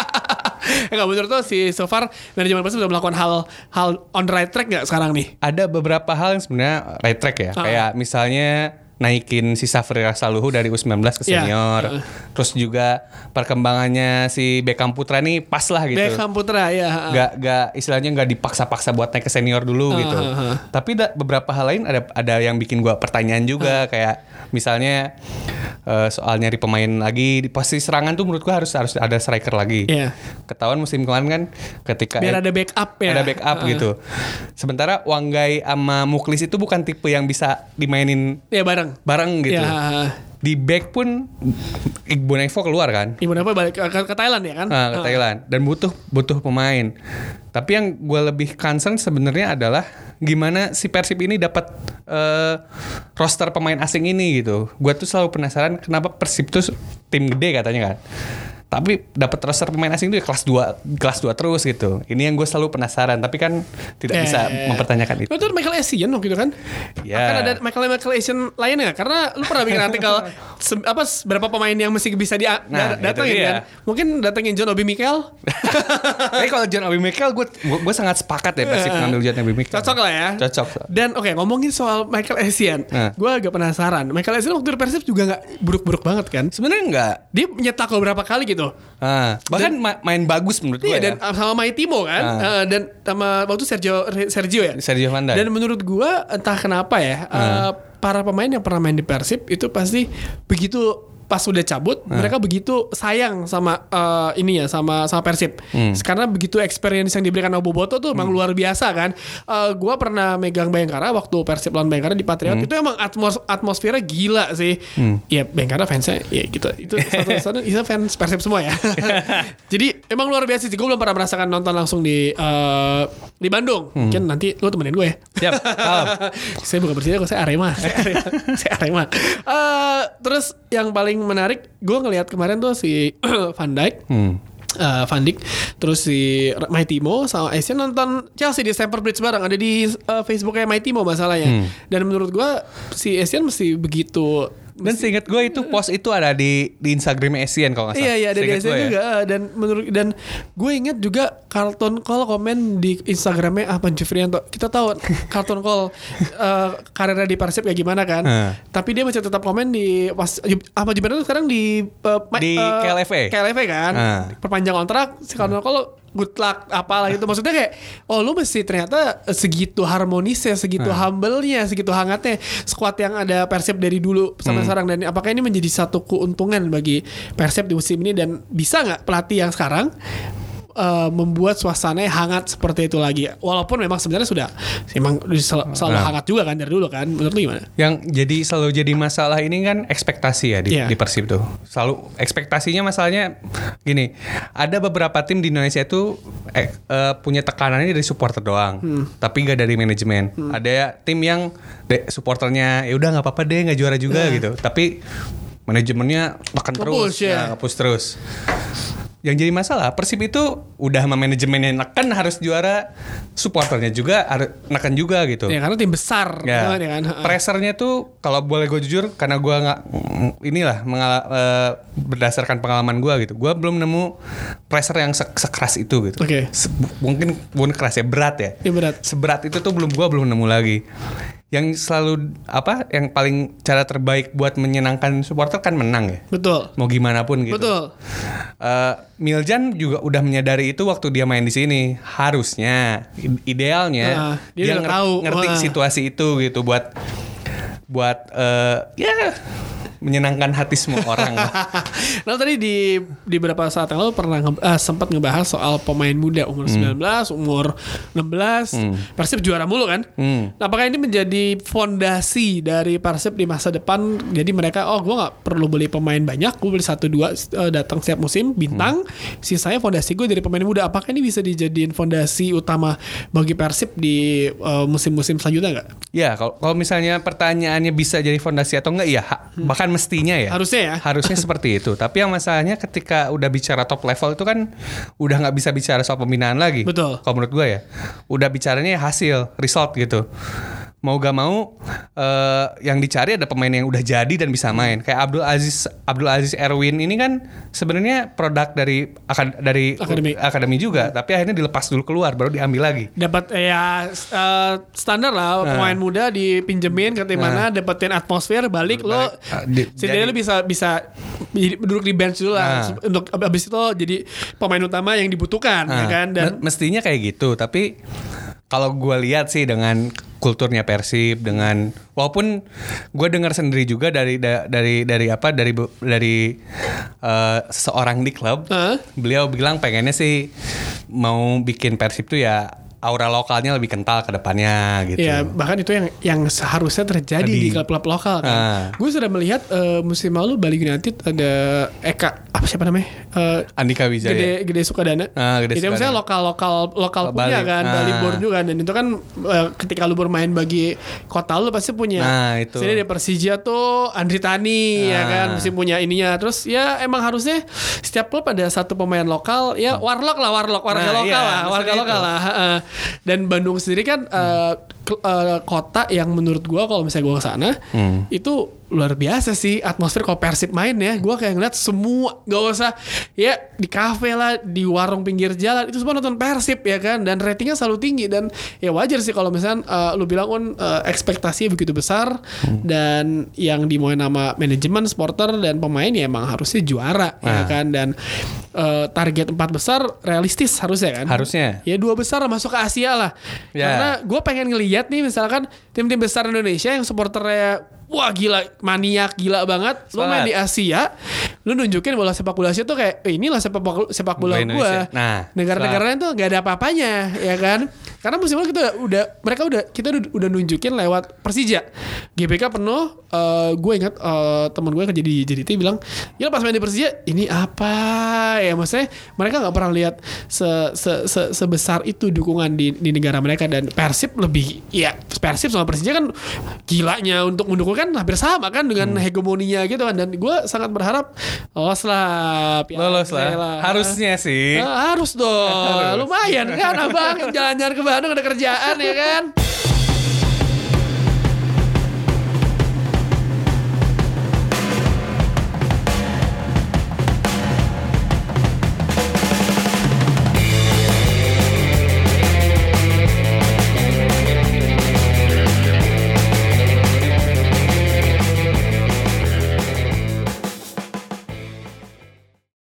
Enggak menurut lo si so far manajemen Persib sudah melakukan hal hal on the right track nggak sekarang nih? Ada beberapa hal yang sebenarnya right track ya. Ah. Kayak misalnya naikin si Safri Rasaluhu dari U sembilan belas ke Iya. senior. Ah. Terus juga perkembangannya si Beckham Putra nih pas lah gitu. Beckham Putra ya. Gak, gak istilahnya nggak dipaksa-paksa buat naik ke senior dulu Ah, gitu. ah, ah. Tapi da, beberapa hal lain ada ada yang bikin gua pertanyaan juga kayak misalnya eh, soal nyari pemain lagi di posisi serangan tuh menurut gua harus harus ada striker lagi. Iya. Ketahuan musim kemarin kan ketika Biar ada backup ya. ada backup Ah. gitu. Sementara Wanggai sama Muklis itu bukan tipe yang bisa dimainin Iya bareng. bareng gitu. Ya. Di back pun Iqbal Nevo keluar kan. Ibu apa balik ke, ke, ke Thailand ya kan? Nah, ke Thailand dan butuh butuh pemain. Tapi yang gue lebih concern sebenarnya adalah gimana si Persib ini dapat eh, roster pemain asing ini gitu. Gue tuh selalu penasaran kenapa Persib tuh tim gede katanya kan. tapi dapat roster pemain asing itu ya kelas dua kelas dua terus gitu. Ini yang gue selalu penasaran, tapi kan tidak Eh, bisa mempertanyakan itu. Itu Michael Essien waktu itu kan? Ya. Akan ada Michael Michael Essien lainnya karena lu pernah bikin artikel se- apa berapa pemain yang mesti bisa di Nah, da- datangin itu dia. kan? Mungkin datengin John Obi Mikel. Tapi kalau John Obi Mikel gue gue sangat sepakat ya Persib ngambil John Obi Mikel. Cocok lah ya. Cocok. Dan oke ngomongin soal Michael Essien, Nah. gue agak penasaran. Michael Essien waktu di Persib juga nggak buruk-buruk banget kan? Sebenarnya enggak. Dia nyetak gol berapa kali gitu? Ah, bahkan ma- main bagus menurut gue Iya ya. dan sama Maitimo kan, Ah. Eh, dan sama waktu Sergio Sergio ya. Sergio Van Dijk. Dan menurut gua entah kenapa ya, eh, para pemain yang pernah main di Persib itu pasti begitu pas udah cabut mereka begitu sayang sama eh, ini ya sama sama Persib. Karena begitu experience yang diberikan sama Boboto tuh emang luar biasa kan. Eh, gua pernah megang Bayangkara waktu Persib lawan Bayangkara di Patriot itu emang atmos atmosfernya gila sih. Ya Bayangkara fansnya ya gitu. Itu satu-satu itu fans Persib semua ya. Jadi emang luar biasa sih. Gue belum pernah merasakan nonton langsung di eh, di Bandung. Mungkin nanti lu temenin gue ya. Siap. Salam. Saya bukan Persija, saya Arema. Saya Arema. saya Arema. Eh, terus yang paling menarik, gue ngelihat kemarin tuh si Van Dijk. Uh, Van Dijk, terus si Maitimo sama Essien nonton Chelsea di Stamford Bridge bareng, ada di uh, Facebooknya Maitimo masalahnya. Dan menurut gue si Essien mesti begitu. Dan seingat gue itu post itu ada di di Instagram Essien kalau nggak salah. Iya iya ada di Seingat Essien gue ya. juga dan menurut dan gue ingat juga Carlton Cole komen di Instagramnya apa Jufrianto. Kita tahu Carlton Cole uh, karirnya di Persib kayak gimana kan. Hmm. Tapi dia masih tetap komen di pas apa Jufrianto sekarang di uh, Di K L F A. K L F A kan. Hmm. Perpanjang kontrak si Carlton Cole good luck apalah gitu. Maksudnya kayak oh lu mesti ternyata segitu harmonisnya, segitu humble-nya, segitu hangatnya squad yang ada Persib dari dulu sampai sekarang. Dan apakah ini menjadi satu keuntungan bagi Persib di musim ini dan bisa nggak pelatih yang sekarang uh, membuat suasananya hangat seperti itu lagi, walaupun memang sebenarnya sudah memang sel- selalu Nah. hangat juga kan dari dulu kan. Menurut lu gimana? Yang jadi selalu jadi masalah ini kan ekspektasi ya di, Iya. di Persib tuh. Selalu ekspektasinya masalahnya gini. Ada beberapa tim di Indonesia itu eh, eh, punya tekanannya dari supporter doang, tapi gak dari manajemen. Ada tim yang de, supporternya ya udah nggak apa-apa deh nggak juara juga gitu, tapi manajemennya makan terus, Nge-push ya. nah, nge-push terus. Yang jadi masalah Persib itu udah sama manajemennya neken harus juara, supporternya juga harus neken juga gitu. Ya karena tim besar Ya, kan, ya kan? pressernya tuh kalau boleh gue jujur karena gue nggak mm, inilah mengala- eh, berdasarkan pengalaman gue gitu, gue belum nemu pressure yang se- sekeras itu gitu. Oke. Se- mungkin bukan keras ya, berat ya. Iya, berat. Seberat itu tuh belum gue belum nemu lagi. Yang selalu apa? Yang paling cara terbaik buat menyenangkan supporter kan menang ya. Betul. Mau gimana pun gitu. Betul. Eh, Miljan juga udah menyadari itu waktu dia main di sini. Harusnya, i- idealnya Nah, dia dia, udah nger- tahu. ngerti Wah. situasi itu gitu buat buat eh, ya menyenangkan hati semua orang. Nah tadi di di beberapa saat yang lalu pernah nge, eh, sempat ngebahas soal pemain muda umur sembilan belas, umur enam belas, Persib juara mulu kan. Hmm. Nah, apakah ini menjadi fondasi dari Persib di masa depan? Jadi mereka oh gue nggak perlu beli pemain banyak, gue beli satu dua eh, datang setiap musim bintang, sisanya fondasi gue dari pemain muda. Apakah ini bisa dijadiin fondasi utama bagi Persib di eh, musim-musim selanjutnya nggak? Ya, kalau kalau misalnya pertanyaannya bisa jadi fondasi atau enggak, ya ha- bahkan mestinya ya. Harusnya ya. Harusnya seperti itu. Tapi yang masalahnya ketika udah bicara top level itu kan udah nggak bisa bicara soal pembinaan lagi. Betul. Kalau menurut gue ya, udah bicaranya hasil, result gitu. Mau gak mau eh, yang dicari ada pemain yang udah jadi dan bisa main. Kayak Abdul Aziz Abdul Aziz Erwin ini kan sebenarnya produk dari akad, dari Akademi. akademi juga, tapi akhirnya dilepas dulu keluar baru diambil lagi. Dapat eh, ya eh, standar lah pemain muda dipinjemin ke tim mana dapetin atmosfer balik lo Balik. Ah, di- setidaknya jadi- lo bisa bisa jadi- duduk di bench dulu lah Nah. untuk abis itu jadi pemain utama yang dibutuhkan ya Nah, kan dan me- mestinya kayak gitu, tapi kalau gue lihat sih dengan kulturnya Persib, dengan walaupun gue dengar sendiri juga dari da- dari dari apa dari bu- dari eh, seseorang di klub, Hah? beliau bilang pengennya sih mau bikin Persib tuh ya aura lokalnya lebih kental ke depannya gitu. ya bahkan itu yang yang seharusnya terjadi Tadi. di klub-klub lokal kan. Ah. Gue sudah melihat eh, musim lalu Bali United ada Eka apa siapa namanya? Uh, Andika Wijaya. Gede Gede Sukadana. Ah, Gede itu Sukadana. misalnya lokal lokal lokal Oh, punya Bali. kan, Ah. Bali Born juga, dan itu kan uh, ketika lu bermain bagi kota lu pasti punya. Nah, itu. Jadi di Persija tuh Andri Tani ya Ah. kan, mesti punya ininya. Terus ya emang harusnya setiap klub ada satu pemain lokal, ya Warlock lah, Warlock warga Nah, lokal iya, lah, warga maksudnya lokal itu. lah. Heeh. Dan Bandung sendiri kan uh, ke- uh, kota yang menurut gua kalau misalnya gua kesana Hmm. itu luar biasa sih atmosfer kalau Persib main ya. Gua kayak ngeliat semua, gak usah ya di kafe lah, di warung pinggir jalan, itu semua nonton Persib ya kan, dan ratingnya selalu tinggi. Dan ya wajar sih kalau misalnya uh, lu bilang kan uh, ekspektasinya begitu besar, dan yang dimauin nama manajemen, supporter dan pemain ya emang harusnya juara ya Ah. kan. Dan uh, target empat besar realistis harusnya kan. Harusnya. Ya dua besar lah, masuk ke Asia lah. Ya. Karena gue pengen ngelihat nih misalkan tim-tim besar Indonesia yang supporternya wah gila, maniak gila banget. Lu main Semangat. di Asia, lu nunjukin bola sepak bola Asia tuh kayak eh, inilah sepak bola, sepak bola Bola gue. Indonesia. Nah, negara-negara lain tuh gak ada apa-apanya ya kan. Karena musim lalu kita udah mereka udah kita udah, udah nunjukin lewat Persija. G B K penuh, uh, gue ingat uh, teman gue kerja di J D T bilang, "Ya pas main di Persija, ini apa?" Ya maksudnya mereka nggak pernah lihat se, se, se, sebesar itu dukungan di, di negara mereka. Dan Persib lebih ya Persib sama Persija kan gilanya untuk mendukung kan hampir sama kan dengan hegemoninya gitu kan. Dan gue sangat berharap lolos lah Piala Lolos lah. Harusnya sih. Ah, harus dong. Lumayan kan abang jalan-jalan ke Bandung ada kerjaan ya kan.